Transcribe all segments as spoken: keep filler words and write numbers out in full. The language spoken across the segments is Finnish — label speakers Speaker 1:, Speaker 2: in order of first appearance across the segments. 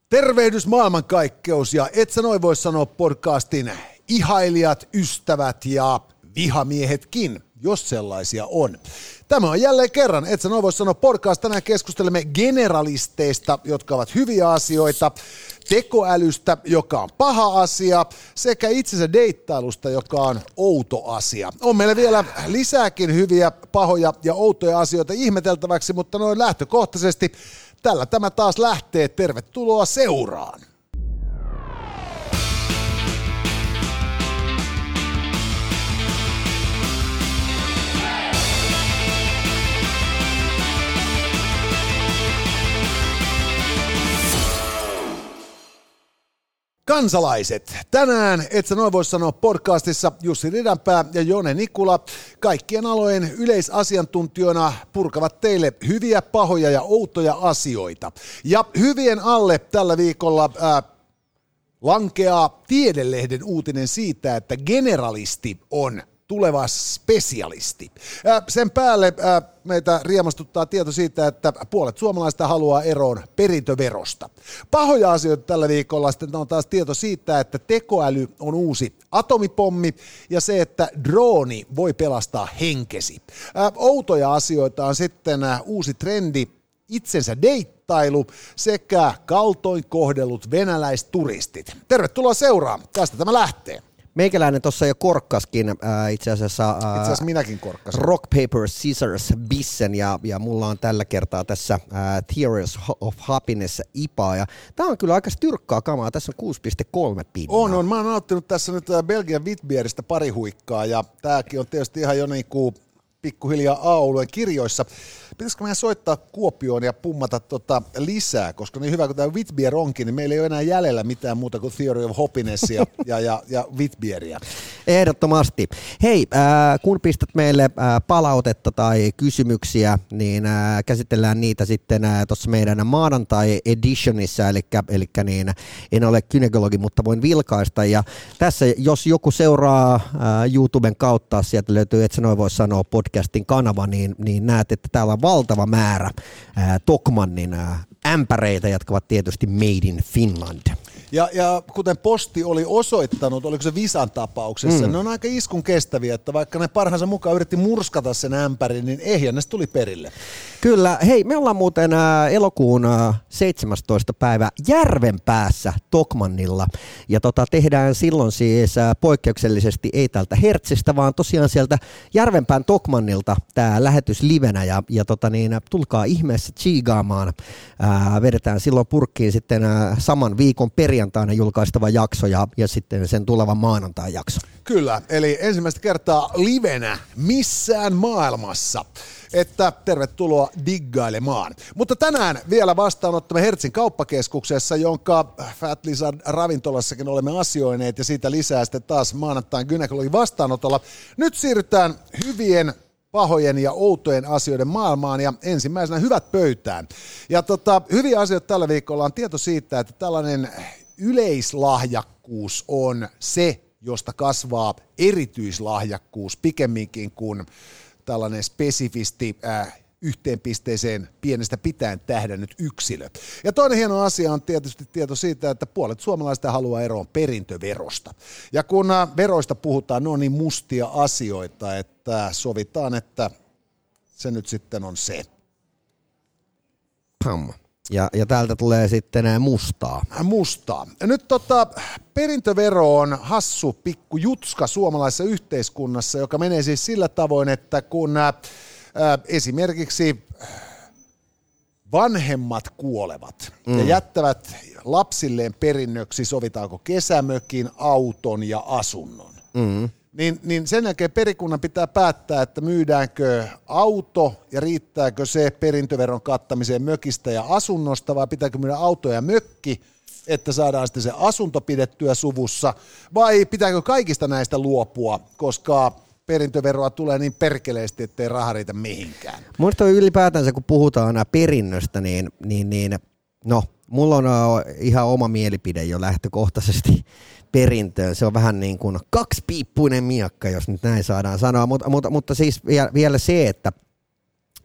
Speaker 1: Tervehdys maailmankaikkeus ja et sä noin voi sanoa podcastin ihailijat, ystävät ja vihamiehetkin, jos sellaisia on. Tämä on jälleen kerran, et sä noin voi sanoa podcast. Tänään keskustelemme generalisteista, jotka ovat hyviä asioita, tekoälystä, joka on paha asia, sekä itsensä deittailusta, joka on outo asia. On meillä vielä lisääkin hyviä, pahoja ja outoja asioita ihmeteltäväksi, mutta noin lähtökohtaisesti tällä tämä taas lähtee. Tervetuloa seuraan. Kansalaiset, tänään et sä noin voi sanoa podcastissa Jussi Ridanpää ja Jone Nikula kaikkien alojen yleisasiantuntijoina purkavat teille hyviä, pahoja ja outoja asioita. Ja hyvien alle tällä viikolla ää, lankeaa Tiedelehden uutinen siitä, että generalisti on tuleva spesialisti. Sen päälle meitä riemastuttaa tieto siitä, että puolet suomalaista haluaa eroon perintöverosta. Pahoja asioita tällä viikolla sitten on taas tieto siitä, että tekoäly on uusi atomipommi ja se, että drooni voi pelastaa henkesi. Outoja asioita on sitten uusi trendi, itsensä deittailu sekä kaltoin kohdellut venäläisturistit. Tervetuloa seuraan, tästä tämä lähtee.
Speaker 2: Meikäläinen tuossa jo korkkaskin äh, itse asiassa, äh,
Speaker 1: itse asiassa minäkin korkkasin.
Speaker 2: Rock, Paper, Scissors, Bissen ja, ja mulla on tällä kertaa tässä äh, Theories of Happiness I P A ja tää on kyllä aika styrkkaa kamaa, tässä on kuusi pilkku kolme pinnaa.
Speaker 1: On, on, mä oon nauttinut tässä nyt Belgian Witbieristä pari huikkaa ja tääkin on tietysti ihan jo niinku pikkuhiljaa A-alueen kirjoissa. Pitäisikö meidän soittaa Kuopioon ja pummata tota lisää, koska niin hyvä kuin tämä Witbier onkin, niin meillä ei ole enää jäljellä mitään muuta kuin Theory of Happiness ja, ja, ja, ja Witbieria.
Speaker 2: Ehdottomasti. Hei, äh, kun pistät meille äh, palautetta tai kysymyksiä, niin äh, käsitellään niitä sitten äh, tuossa meidän maanantai-editionissa, eli, eli niin, en ole gynekologi, mutta voin vilkaista. Ja tässä, jos joku seuraa äh, YouTuben kautta, sieltä löytyy, et sä noin voi sanoa podcastin kanava, niin, niin näet, että täällä on valtava määrä ää, Tokmannin ää, ämpäreitä, jotka ovat tietysti Made in Finland.
Speaker 1: Ja, ja kuten Posti oli osoittanut, oliko se Visan tapauksessa, mm. ne on aika iskun kestäviä, että vaikka ne parhaansa mukaan yritti murskata sen ämpärin, niin ehjän ne tuli perille.
Speaker 2: Kyllä. Hei, me ollaan muuten ä, elokuun ä, seitsemästoista päivä Järvenpäässä Tokmannilla. Ja tota, tehdään silloin siis ä, poikkeuksellisesti ei tältä Hertsistä, vaan tosiaan sieltä Järvenpään Tokmannilta tämä lähetys livenä. Ja, ja tota, niin, tulkaa ihmeessä tsiigaamaan. Ä, vedetään silloin purkkiin sitten ä, saman viikon perjantaina julkaistava jakso ja, ja sitten sen tulevan maanantai jakso.
Speaker 1: Kyllä, eli ensimmäistä kertaa livenä missään maailmassa. Että tervetuloa diggailemaan. Mutta tänään vielä vastaanottamme Hertsin kauppakeskuksessa, jonka Fat Lizard ravintolassakin olemme asioineet ja siitä lisää sitten taas maanantain gynekologin vastaanotolla. Nyt siirrytään hyvien, pahojen ja outojen asioiden maailmaan ja ensimmäisenä hyvät pöytään. Ja tota, hyviä asioita tällä viikolla on tieto siitä, että tällainen yleislahjakkuus on se, josta kasvaa erityislahjakkuus pikemminkin kuin tällainen spesifisti äh, yhteen pisteeseen pienestä pitäen tähdännyt yksilö. Ja toinen hieno asia on tietysti tieto siitä, että puolet suomalaista haluaa eroon perintöverosta. Ja kun äh, veroista puhutaan, ne on niin mustia asioita, että sovitaan, että se nyt sitten on se.
Speaker 2: Pam. Ja, ja täältä tulee sitten mustaa.
Speaker 1: Mustaa. Ja nyt tota, perintövero on hassu pikku jutska suomalaisessa yhteiskunnassa, joka menee siis sillä tavoin, että kun ää, esimerkiksi vanhemmat kuolevat mm. ja jättävät lapsilleen perinnöksi, sovitaanko kesämökin, auton ja asunnon, mm. Niin, niin sen jälkeen perikunnan pitää päättää, että myydäänkö auto ja riittääkö se perintöveron kattamiseen mökistä ja asunnosta vai pitääkö myydä auto ja mökki, että saadaan sitten se asunto pidettyä suvussa vai pitääkö kaikista näistä luopua, koska perintöveroa tulee niin perkeleesti, ettei raha riitä mihinkään.
Speaker 2: Minusta ylipäätänsä kun puhutaan perinnöstä, niin, niin, niin no mulla on ihan oma mielipide jo lähtökohtaisesti perintöön. Se on vähän niin kuin kaksipiippuinen miakka, jos nyt näin saadaan sanoa, mutta, mutta, mutta siis vielä se, että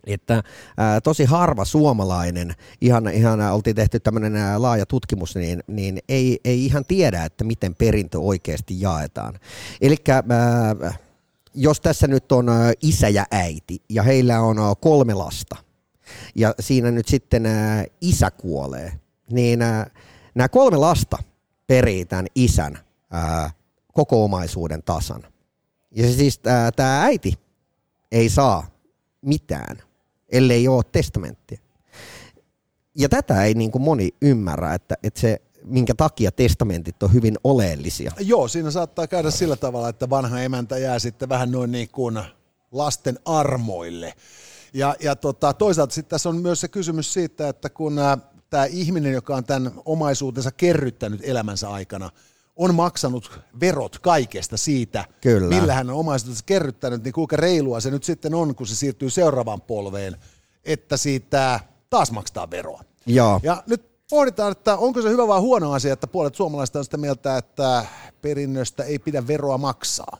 Speaker 2: Että ää, tosi harva suomalainen, ihan, ihan oltiin tehty tämmöinen ää, laaja tutkimus, niin, niin ei, ei ihan tiedä, että miten perintö oikeasti jaetaan. Elikkä ää, jos tässä nyt on ää, isä ja äiti ja heillä on ää, kolme lasta ja siinä nyt sitten ää, isä kuolee, niin ää, nämä kolme lasta perii tämän isän ää, koko omaisuuden tasan. Ja siis tämä äiti ei saa mitään, ellei ole testamenttia. Ja tätä ei niin kuin moni ymmärrä, että, että se, minkä takia testamentit on hyvin oleellisia.
Speaker 1: Joo, siinä saattaa käydä sillä tavalla, että vanha emäntä jää sitten vähän noin niin kuin lasten armoille. Ja, ja tota, toisaalta sitten tässä on myös se kysymys siitä, että kun tämä ihminen, joka on tämän omaisuutensa kerryttänyt elämänsä aikana, on maksanut verot kaikesta siitä, Kyllä. millä hän on omaisuutensa kerryttänyt, niin kuinka reilua se nyt sitten on, kun se siirtyy seuraavaan polveen, että siitä taas maksaa veroa.
Speaker 2: Joo.
Speaker 1: Ja nyt pohditaan, että onko se hyvä vai huono asia, että puolet suomalaista on sitä mieltä, että perinnöstä ei pidä veroa maksaa.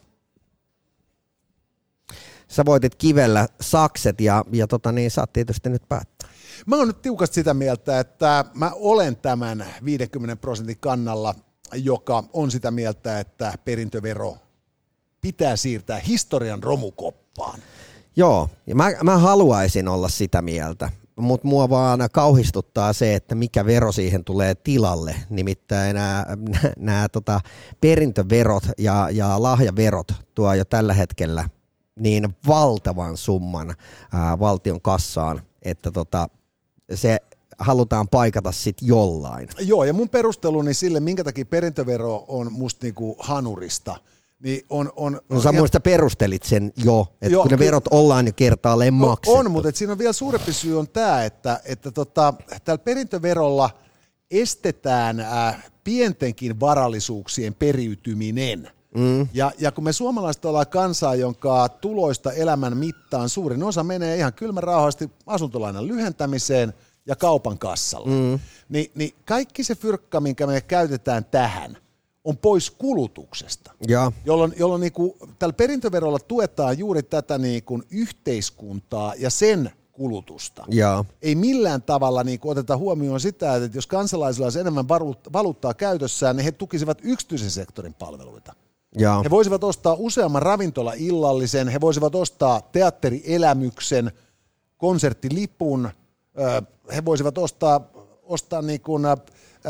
Speaker 2: Sä voitit kivellä sakset ja, ja tota niin, saat tietysti nyt päättää.
Speaker 1: Mä oon nyt tiukasti sitä mieltä, että mä olen tämän viidenkymmenen prosentin kannalla, joka on sitä mieltä, että perintövero pitää siirtää historian romukoppaan.
Speaker 2: Joo, ja mä, mä haluaisin olla sitä mieltä, mutta mua vaan kauhistuttaa se, että mikä vero siihen tulee tilalle. Nimittäin nämä, nämä tota, perintöverot ja, ja lahjaverot tuo jo tällä hetkellä niin valtavan summan ää, valtion kassaan, että tota, se halutaan paikata sitten jollain.
Speaker 1: Joo, ja mun perusteluni sille, minkä takia perintövero on musta niinku hanurista, niin on... on
Speaker 2: no sä muista perustelit sen jo, että
Speaker 1: joo,
Speaker 2: kun ne verot ollaan jo kertaalleen maksettu.
Speaker 1: On, mutta siinä on vielä suurempi syy on tämä, että, että tota, tällä perintöverolla estetään ää, pientenkin varallisuuksien periytyminen. Mm. Ja, ja kun me suomalaiset ollaan kansaa, jonka tuloista elämän mittaan suurin osa menee ihan kylmärauhasti asuntolainan lyhentämiseen ja kaupan kassalla, mm. Ni, niin kaikki se fyrkka, minkä me käytetään tähän, on pois kulutuksesta,
Speaker 2: ja.
Speaker 1: jolloin, jolloin niin kuin, tällä perintöverolla tuetaan juuri tätä niin kuin yhteiskuntaa ja sen kulutusta.
Speaker 2: Ja.
Speaker 1: Ei millään tavalla niin kuin oteta huomioon sitä, että jos kansalaisilla olisi enemmän valuuttaa käytössään, niin he tukisivat yksityisen sektorin palveluita.
Speaker 2: Ja.
Speaker 1: He voisivat ostaa useamman ravintola-illallisen, he voisivat ostaa teatterielämyksen, konserttilipun, he voisivat ostaa, ostaa niin kuin, ä,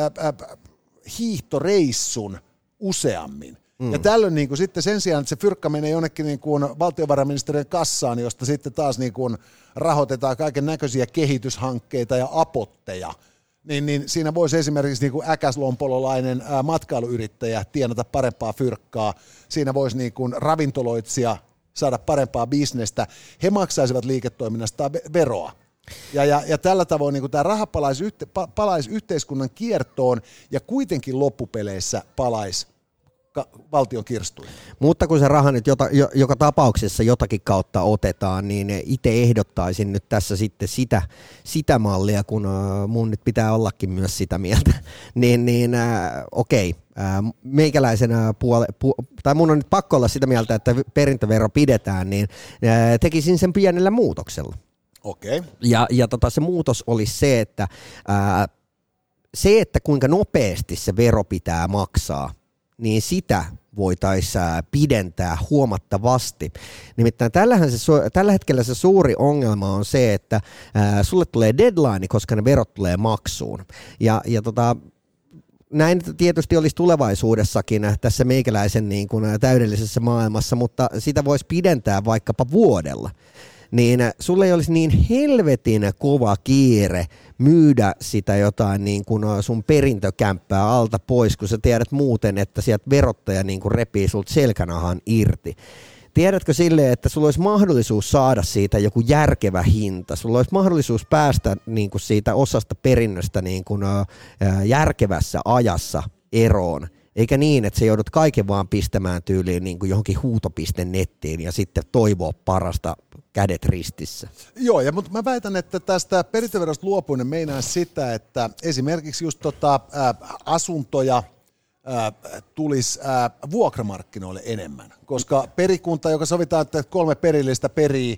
Speaker 1: ä, hiihtoreissun useammin. Mm. Ja tällöin niin kuin sitten sen sijaan, että se fyrkka menee jonnekin niin kuin valtiovarainministeriön kassaan, josta sitten taas niin kuin rahoitetaan kaiken näköisiä kehityshankkeita ja apotteja, niin, niin siinä voisi esimerkiksi niin kuin äkäslompololainen ää, matkailuyrittäjä tienata parempaa fyrkkaa, siinä voisi niin kuin ravintoloitsija saada parempaa bisnestä, he maksaisivat liiketoiminnasta veroa. Ja, ja, ja tällä tavoin niin tämä raha palaisi, yhte, palaisi yhteiskunnan kiertoon ja kuitenkin loppupeleissä palaisi ka- valtion kirstuihin.
Speaker 2: Mutta kun se raha nyt jota, jo, joka tapauksessa jotakin kautta otetaan, niin itse ehdottaisin nyt tässä sitten sitä, sitä mallia, kun uh, mun nyt pitää ollakin myös sitä mieltä. niin niin uh, okei, uh, meikäläisen uh, puole, pu, tai mun on nyt pakko olla sitä mieltä, että perintövero pidetään, niin uh, tekisin sen pienellä muutoksella.
Speaker 1: Okay.
Speaker 2: Ja, ja tota, se muutos olisi se, että ää, se, että kuinka nopeasti se vero pitää maksaa, niin sitä voitaisiin pidentää huomattavasti. Nimittäin tällähän se, tällä hetkellä se suuri ongelma on se, että ää, sulle tulee deadline, koska ne verot tulee maksuun. Ja, ja tota, näin tietysti olisi tulevaisuudessakin tässä meikäläisen niin kuin täydellisessä maailmassa, mutta sitä voisi pidentää vaikkapa vuodella. Niin sulle ei olisi niin helvetin kova kiire myydä sitä jotain niin kuin sun perintökämppää alta pois, kun sä tiedät muuten, että sieltä verottaja niin kuin repii sulta selkänahan irti. Tiedätkö silleen, että sulla olisi mahdollisuus saada siitä joku järkevä hinta, sulla olisi mahdollisuus päästä niin kuin siitä osasta perinnöstä niin kuin, ä, järkevässä ajassa eroon. Eikä niin, että sä joudut kaiken vaan pistämään tyyliin niin kuin johonkin huutopiste nettiin ja sitten toivoa parasta kädet ristissä.
Speaker 1: Joo, ja mutta mä väitän, että tästä perintöverosta luopuminen meinaa sitä, että esimerkiksi just tota, ä, asuntoja ä, tulisi ä, vuokramarkkinoille enemmän, koska perikunta, joka sovitaan, että kolme perillistä perii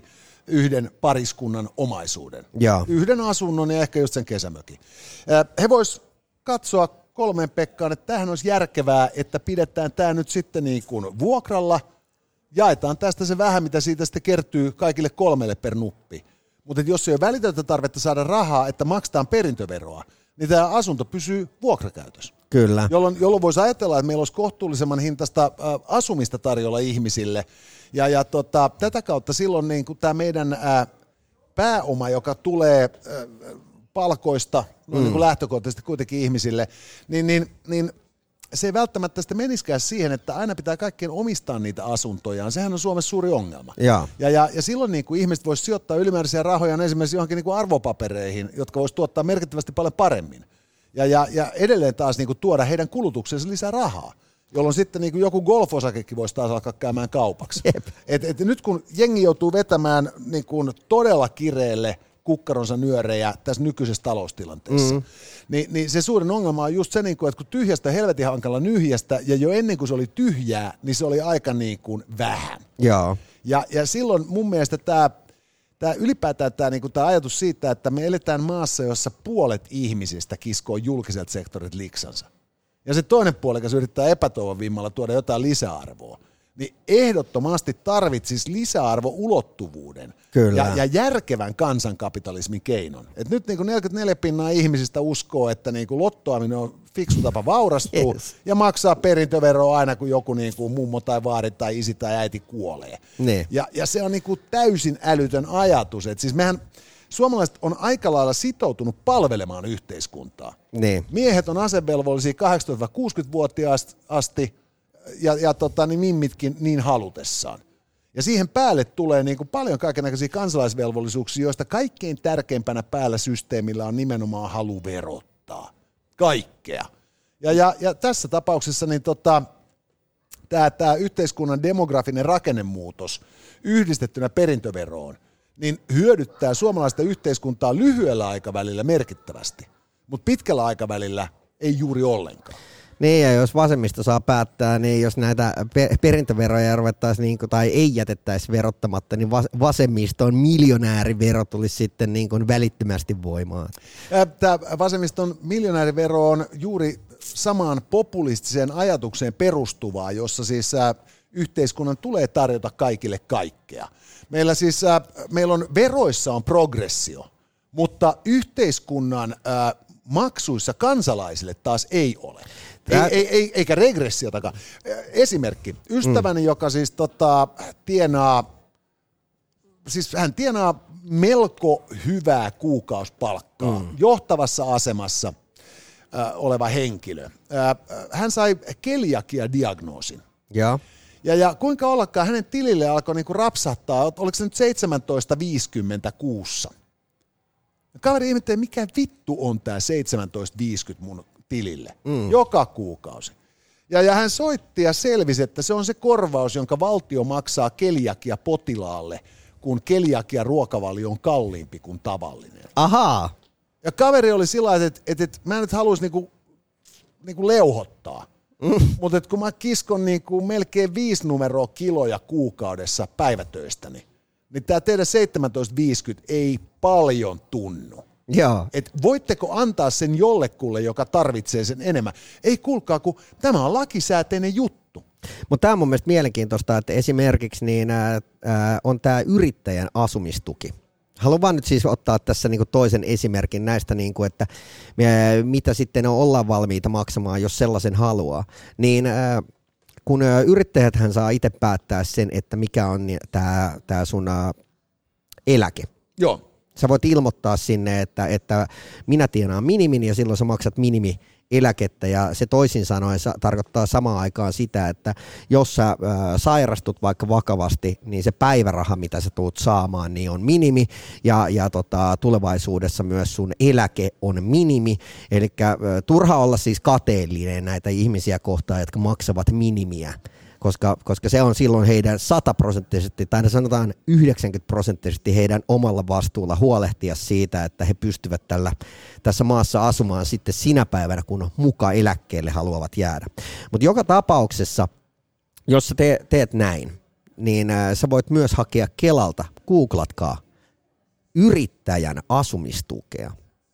Speaker 1: yhden pariskunnan omaisuuden.
Speaker 2: Ja.
Speaker 1: Yhden asunnon ja ehkä just sen kesämökin. He vois katsoa kolmeen Pekkaan, että tämähän olisi järkevää, että pidetään tämä nyt sitten niin kuin vuokralla, jaetaan tästä se vähän, mitä siitä sitten kertyy kaikille kolmelle per nuppi. Mutta jos ei ole välitöntä tarvetta saada rahaa, että maksetaan perintöveroa, niin tämä asunto pysyy vuokrakäytössä.
Speaker 2: Kyllä.
Speaker 1: Jolloin, jolloin voisi ajatella, että meillä olisi kohtuullisemman hintaista äh, asumista tarjolla ihmisille. Ja, ja tota, tätä kautta silloin niin kuin tämä meidän äh, pääoma, joka tulee äh, palkoista mm. niin kuin lähtökohtaisesti kuitenkin ihmisille, niin, niin, niin se ei välttämättä sitten meniskään siihen, että aina pitää kaikkien omistaa niitä asuntojaan. Sehän on Suomessa suuri ongelma. Ja, ja, ja, ja silloin niin kuin ihmiset voisivat sijoittaa ylimääräisiä rahoja esimerkiksi johonkin niin kuin arvopapereihin, jotka voisivat tuottaa merkittävästi paljon paremmin. Ja, ja, ja edelleen taas niin kuin tuoda heidän kulutuksensa lisää rahaa, jolloin sitten niin kuin joku golfosakekin voisi taas alkaa käymään kaupaksi. Et, et nyt kun jengi joutuu vetämään niin kuin todella kireelle kukkaronsa nyörejä tässä nykyisessä taloustilanteessa, mm. niin, niin se suurin ongelma on just se, niin kuin, että kun tyhjästä helvetin hankala nyhjästä, ja jo ennen kuin se oli tyhjää, niin se oli aika niin kuin vähän.
Speaker 2: Joo.
Speaker 1: Ja, ja silloin mun mielestä tämä Tämä ylipäätään tämä, niin kuin tämä ajatus siitä, että me eletään maassa, jossa puolet ihmisistä kiskoo julkiselta sektorit liksansa. Ja se toinen puoli, joka yrittää epätoivon vimmalla tuoda jotain lisäarvoa, niin ehdottomasti tarvitsisi lisäarvoulottuvuuden ja, ja järkevän kansankapitalismin keinon. Et nyt niin kuin neljäkymmentäneljä pinnaa ihmisistä uskoo, että niin kuin lottoaminen on fiksu tapa vaurastua yes. ja maksaa perintöveroa aina, kun joku niin kuin mummo tai vaari tai isi tai äiti kuolee. Ne. Ja, ja se on niin kuin täysin älytön ajatus. Et siis mehän suomalaiset on aika lailla sitoutunut palvelemaan yhteiskuntaa. Ne. Miehet on asevelvollisia kahdeksantoista-kuusikymmentävuotiaasta asti, ja, ja tota, niin mimmitkin niin halutessaan. Ja siihen päälle tulee niin kuin paljon kaikennäköisiä kansalaisvelvollisuuksia, joista kaikkein tärkeimpänä päällä systeemillä on nimenomaan halu verottaa. Kaikkea. Ja, ja, ja tässä tapauksessa niin tota, tämä, tämä yhteiskunnan demografinen rakennemuutos yhdistettynä perintöveroon niin hyödyttää suomalaista yhteiskuntaa lyhyellä aikavälillä merkittävästi, mutta pitkällä aikavälillä ei juuri ollenkaan.
Speaker 2: Niin, ja jos vasemmista saa päättää, niin jos näitä perintöveroja ruvettaisiin niin kuin, tai ei jätettäisi verottamatta, niin vasemmiston miljonäärivero tulisi sitten niin kuin välittömästi voimaan.
Speaker 1: Tämä vasemmiston miljonäärivero on juuri samaan populistiseen ajatukseen perustuvaa, jossa siis yhteiskunnan tulee tarjota kaikille kaikkea. Meillä siis meillä on veroissa on progressio, mutta yhteiskunnan maksuissa kansalaisille taas ei ole. Ei, ei, ei, eikä regressiotakaan. Esimerkki. Ystäväni, mm. joka siis tota, tienaa, siis hän tienaa melko hyvää kuukausipalkkaa, mm. johtavassa asemassa äh, oleva henkilö. Äh, hän sai keliakia-diagnoosin. Ja. Ja, ja kuinka ollakaan, hänen tilille alkoi niinku rapsahtaa, oliko se nyt seitsemäntoista viisikymmentä kuussa. Kaveri ihmettelee, mikä vittu on tämä seitsemäntoista viisikymmentä mun tilille, mm. joka kuukausi. Ja, ja hän soitti ja selvisi, että se on se korvaus, jonka valtio maksaa keliakia potilaalle, kun keliakia ruokavalio on kalliimpi kuin tavallinen.
Speaker 2: Ahaa.
Speaker 1: Ja kaveri oli sillä tavalla, että, että, että mä en nyt haluaisi niinku, niinku leuhottaa, mm. mutta kun mä kiskon niinku melkein viisi numeroa kiloja kuukaudessa päivätöistäni, niin tämä teidän seitsemäntoista viisikymmentä ei paljon tunnu.
Speaker 2: Joo.
Speaker 1: Et voitteko antaa sen jollekulle, joka tarvitsee sen enemmän? Ei kuulkaa, kun tämä on lakisääteinen juttu.
Speaker 2: Mutta tämä on mun mielestä mielenkiintoista, että esimerkiksi niin, ää, on tämä yrittäjän asumistuki. Haluan vaan nyt siis ottaa tässä niinku toisen esimerkin näistä, niinku, että ää, mitä sitten ollaan valmiita maksamaan, jos sellaisen haluaa. Niin ää, kun ää, yrittäjäthän saa itse päättää sen, että mikä on tämä tää sun ää, eläke.
Speaker 1: Joo.
Speaker 2: Sä voit ilmoittaa sinne, että, että minä tienaan minimin ja silloin sä maksat minimieläkettä ja se toisin sanoen tarkoittaa samaan aikaan sitä, että jos sä ää, sairastut vaikka vakavasti, niin se päiväraha, mitä sä tuut saamaan, niin on minimi ja, ja tota, tulevaisuudessa myös sun eläke on minimi. Eli turha olla siis kateellinen näitä ihmisiä kohtaan, jotka maksavat minimiä. Koska, koska se on silloin heidän sataprosenttisesti, tai sanotaan yhdeksänkymmentä prosenttisesti heidän omalla vastuulla huolehtia siitä, että he pystyvät tällä, tässä maassa asumaan sitten sinä päivänä, kun muka eläkkeelle haluavat jäädä. Mutta joka tapauksessa, jos sä te, teet näin, niin äh, sä voit myös hakea Kelalta, googlatkaa, yrittäjän asumistukea,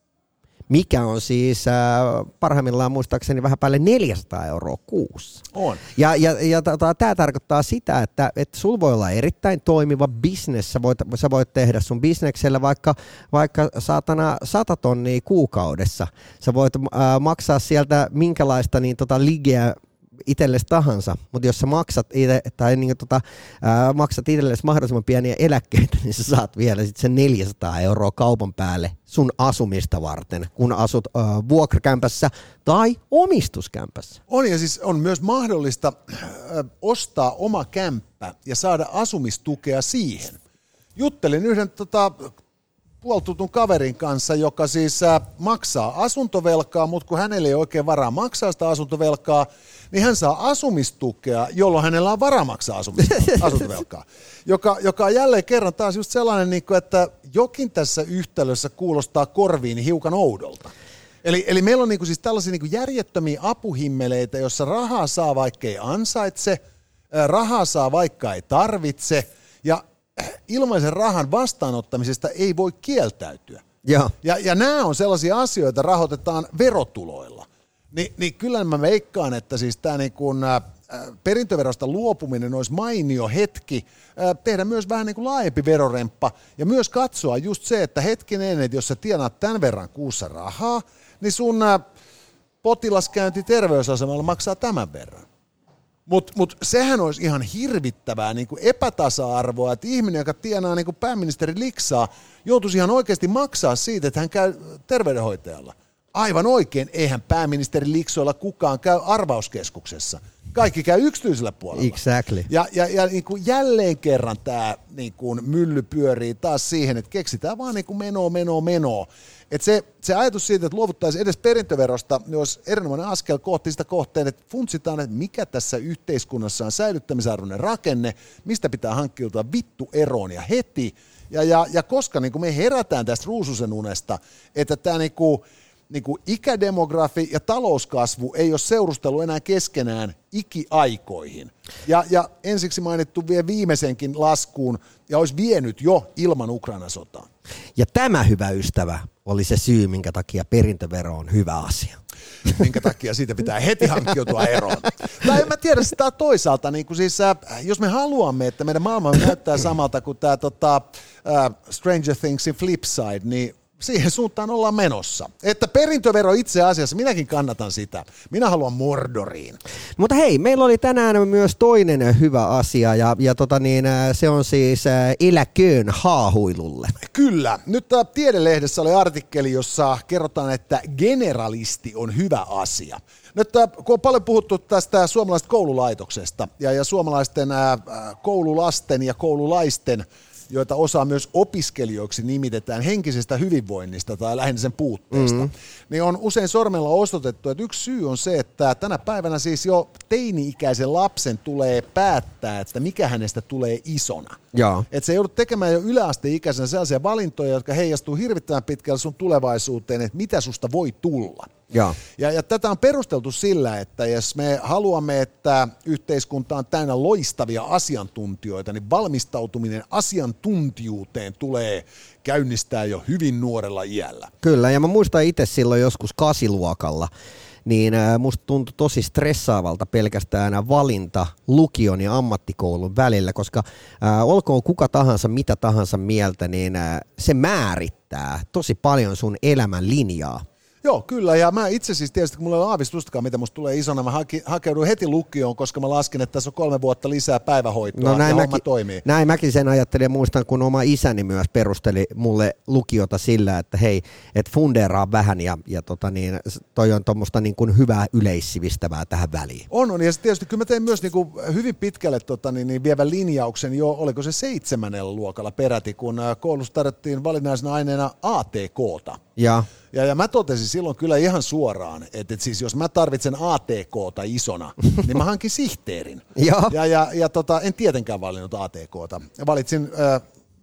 Speaker 2: mikä on siis äh, parhaimmillaan muistaakseni vähän päälle neljäsataa euroa kuussa.
Speaker 1: On.
Speaker 2: Ja, ja, ja tota, tämä tarkoittaa sitä, että, että sulla voi olla erittäin toimiva business, sä voit, sä voit tehdä sun bisneksellä vaikka, vaikka saatana sata tonnia kuukaudessa. Sä voit äh, maksaa sieltä minkälaista niin, tota, ligeä itsellesi tahansa, mutta jos sä maksat ite, tai niin, tota, ää, maksat itsellesi mahdollisimman pieniä eläkkeitä, niin sä saat vielä sit sen neljäsataa euroa kaupan päälle sun asumista varten, kun asut ää, vuokrakämpässä tai omistuskämpässä.
Speaker 1: On, ja siis on myös mahdollista äh, ostaa oma kämppä ja saada asumistukea siihen. Juttelin yhden tota, puoltutun kaverin kanssa, joka siis äh, maksaa asuntovelkaa, mutta kun hänellä ei oikein varaa maksaa sitä asuntovelkaa, niin hän saa asumistukea, jolloin hänellä on varaa maksaa asuntovelkaa. Joka, joka on jälleen kerran taas just sellainen, että jokin tässä yhtälössä kuulostaa korviin hiukan oudolta. Eli, eli meillä on niinku siis tällaisia niinku järjettömiä apuhimmeleitä, jossa rahaa saa vaikka ei ansaitse, rahaa saa vaikka ei tarvitse, ja ilmaisen rahan vastaanottamisesta ei voi kieltäytyä.
Speaker 2: Ja,
Speaker 1: ja, ja nämä on sellaisia asioita, rahoitetaan verotuloilla. Ni, niin kyllä mä veikkaan, että siis tämä niin kuin, ä, perintöverosta luopuminen olisi mainio hetki ä, tehdä myös vähän niin kuin laajempi veroremppa ja myös katsoa just se, että hetkinen, että jos sä tienaat tämän verran kuussa rahaa, niin sun ä, potilaskäynti terveysasemalla maksaa tämän verran. Mutta mut sehän olisi ihan hirvittävää niin kuin epätasa-arvoa, että ihminen, joka tienaa niin kuin pääministeri liksaa, joutuisi ihan oikeasti maksaa siitä, että hän käy terveydenhoitajalla. Aivan oikein, eihän pääministeri liksoilla kukaan käy arvauskeskuksessa. Kaikki käy yksityisellä puolella.
Speaker 2: Exactly.
Speaker 1: Ja, ja, ja niin kuin jälleen kerran tämä niin kuin mylly pyörii taas siihen, että keksitään vaan niin kuin menoa, menoa, menoa. Että se, se ajatus siitä, että luovuttaisiin edes perintöverosta, niin olisi erinomainen askel kohti sitä kohteen, että funtsitaan, että mikä tässä yhteiskunnassa on säilyttämisarvoinen rakenne, mistä pitää hankkiutua vittu eroon ja heti. Ja, ja, ja koska niin kuin me herätään tästä ruususen unesta, että tämä niin kuin, niin kuin ikädemografi ja talouskasvu ei ole seurustellut enää keskenään ikiaikoihin. Ja, ja ensiksi mainittu vie viimeisenkin laskuun ja olisi vienyt jo ilman Ukrainan sotaa.
Speaker 2: Ja tämä, hyvä ystävä, oli se syy, minkä takia perintövero on hyvä asia.
Speaker 1: Minkä takia siitä pitää heti hankkiutua eroon. Tai en mä tiedä sitä toisaalta, niin kuin siis, äh, jos me haluamme, että meidän maailma näyttää samalta kuin tämä tota, äh, Stranger Thingsin Flipside, niin siihen suuntaan ollaan menossa. Että perintövero itse asiassa, minäkin kannatan sitä. Minä haluan Mordoriin.
Speaker 2: Mutta hei, meillä oli tänään myös toinen hyvä asia, ja, ja tota niin, se on siis eläköön haahuilulle.
Speaker 1: Kyllä. Nyt Tiedelehdessä oli artikkeli, jossa kerrotaan, että generalisti on hyvä asia. Nyt kun on paljon puhuttu tästä suomalaisesta koululaitoksesta ja, ja suomalaisten ää, koululasten ja koululaisten, joita osa myös opiskelijoiksi nimitetään henkisestä hyvinvoinnista tai lähinnä sen puutteesta, mm-hmm. niin on usein sormella osoitettu, että yksi syy on se, että tänä päivänä siis jo teini-ikäisen lapsen tulee päättää, että mikä hänestä tulee isona. Että se joudut tekemään jo yläasteikäisenä sellaisia valintoja, jotka heijastuu hirvittävän pitkälle sun tulevaisuuteen, että mitä susta voi tulla. Ja. Ja, ja tätä on perusteltu sillä, että jos me haluamme, että yhteiskunta on täynnä loistavia asiantuntijoita, niin valmistautuminen asiantuntijuuteen tulee käynnistää jo hyvin nuorella iällä.
Speaker 2: Kyllä, ja mä muistan itse silloin joskus kasiluokalla, niin musta tuntui tosi stressaavalta pelkästään valinta lukion ja ammattikoulun välillä, koska äh, olkoon kuka tahansa, mitä tahansa mieltä, niin äh, se määrittää tosi paljon sun elämän linjaa.
Speaker 1: Joo, kyllä, ja mä itse siis tietysti, kun mulla ei ole aavistustakaan, mitä musta tulee isona, mä haki, hakeudun heti lukioon, koska mä laskin, että tässä on kolme vuotta lisää päivähoitoa, no, näin ja mäkin, homma toimii.
Speaker 2: Näin mäkin sen ajattelin, ja muistan, kun oma isäni myös perusteli mulle lukiota sillä, että hei, et fundeeraa vähän, ja, ja tota niin, toi on tuommoista niin kuin hyvää yleissivistävää tähän väliin.
Speaker 1: On, on, ja tietysti kyllä mä tein myös niin kuin hyvin pitkälle tota, niin, niin vievän linjauksen jo, oliko se seitsemännellä luokalla peräti, kun koulussa tarjottiin valinnaisena aineena A T K:ta.
Speaker 2: Ja.
Speaker 1: Ja, ja mä totesin silloin kyllä ihan suoraan, että, että siis jos mä tarvitsen A T K:ta isona, niin mä hankin sihteerin. ja ja, ja tota, en tietenkään valinnut A T K:ta. Valitsin äh,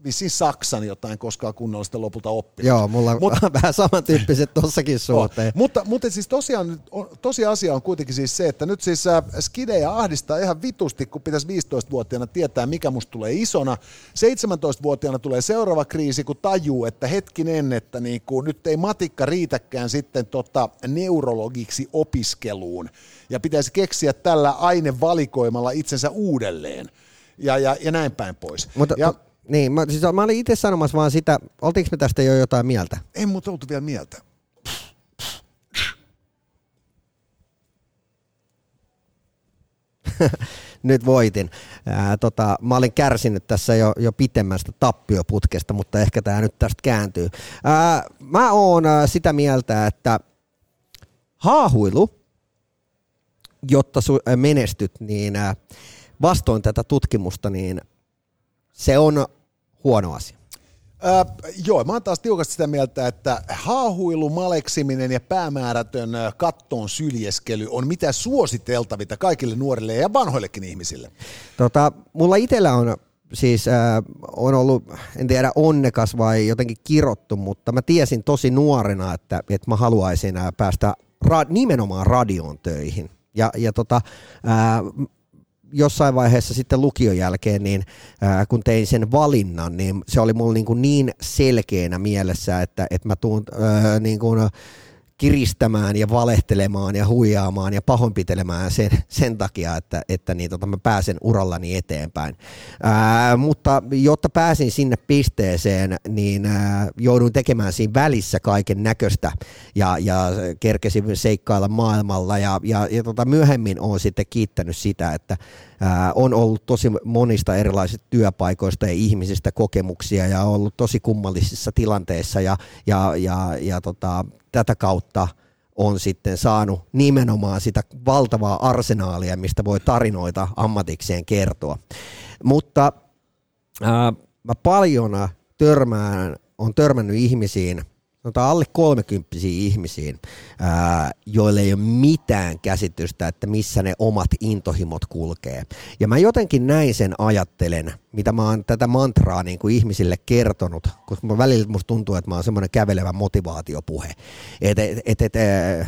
Speaker 1: vissiin Saksan jotain koskaan kunnolla sitten lopulta oppinut.
Speaker 2: Joo, mulla on Mut, vähän samantyyppiset tossakin suhteen.
Speaker 1: Oh, mutta, mutta siis tosiaan, tosiasia on kuitenkin siis se, että nyt siis äh, skidejä ahdistaa ihan vitusti, kun pitäisi viisitoistavuotiaana tietää, mikä musta tulee isona. seitsemäntoistavuotiaana tulee seuraava kriisi, kun tajuu, että hetkinen, että niinku, nyt ei matikka riitäkään sitten tota neurologiksi opiskeluun. Ja pitäisi keksiä tällä ainevalikoimalla itsensä uudelleen. Ja, ja, ja näin päin pois.
Speaker 2: Mutta,
Speaker 1: ja,
Speaker 2: niin, mä, siis mä olin itse sanomassa vaan sitä, oltiinko me tästä jo jotain mieltä?
Speaker 1: Ei muuta oltu vielä mieltä.
Speaker 2: Nyt voitin. Ää, tota, mä olin kärsinyt tässä jo, jo pitemmästä tappioputkesta, mutta ehkä tämä nyt tästä kääntyy. Ää, mä oon ää, sitä mieltä, että haahuilu, jotta su- menestyt, niin ää, vastoin tätä tutkimusta, niin se on huono asia.
Speaker 1: Öö, joo, mä oon taas tiukasti sitä mieltä, että haahuilu, maleksiminen ja päämäärätön kattoon syljeskely on mitä suositeltavinta kaikille nuorille ja vanhoillekin ihmisille.
Speaker 2: Tota, mulla itsellä on siis äh, on ollut, en tiedä onnekas vai jotenkin kirottu, mutta mä tiesin tosi nuorena, että, että mä haluaisin äh, päästä ra- nimenomaan radioon töihin. Ja, ja tota, äh, jossain vaiheessa sitten lukion jälkeen, niin ää, kun tein sen valinnan, niin se oli mulla niin, kuin niin selkeänä mielessä, että, että mä tuun ää, niin kuin kiristämään ja valehtelemaan ja huijaamaan ja pahoinpitelemään sen, sen takia, että, että niin, tota, mä pääsen urallani eteenpäin. Ää, mutta jotta pääsin sinne pisteeseen, niin ää, jouduin tekemään siinä välissä kaiken näköistä ja, ja kerkesin seikkailla maailmalla ja, ja, ja tota, myöhemmin olen sitten kiittänyt sitä, että ää, on ollut tosi monista erilaisista työpaikoista ja ihmisistä kokemuksia ja ollut tosi kummallisissa tilanteissa ja, ja, ja, ja tota, tätä kautta on sitten saanut nimenomaan sitä valtavaa arsenaalia, mistä voi tarinoita ammatikseen kertoa. Mutta ää, mä paljon törmään, on törmännyt ihmisiin, sanotaan alle kolmekymppisiä ihmisiin, ää, joille ei ole mitään käsitystä, että missä ne omat intohimot kulkee. Ja mä jotenkin näin sen ajattelen, mitä mä oon tätä mantraa niin kuin ihmisille kertonut, koska mä välillä musta tuntuu, että mä oon semmoinen kävelevä motivaatiopuhe. Et, et, et, et,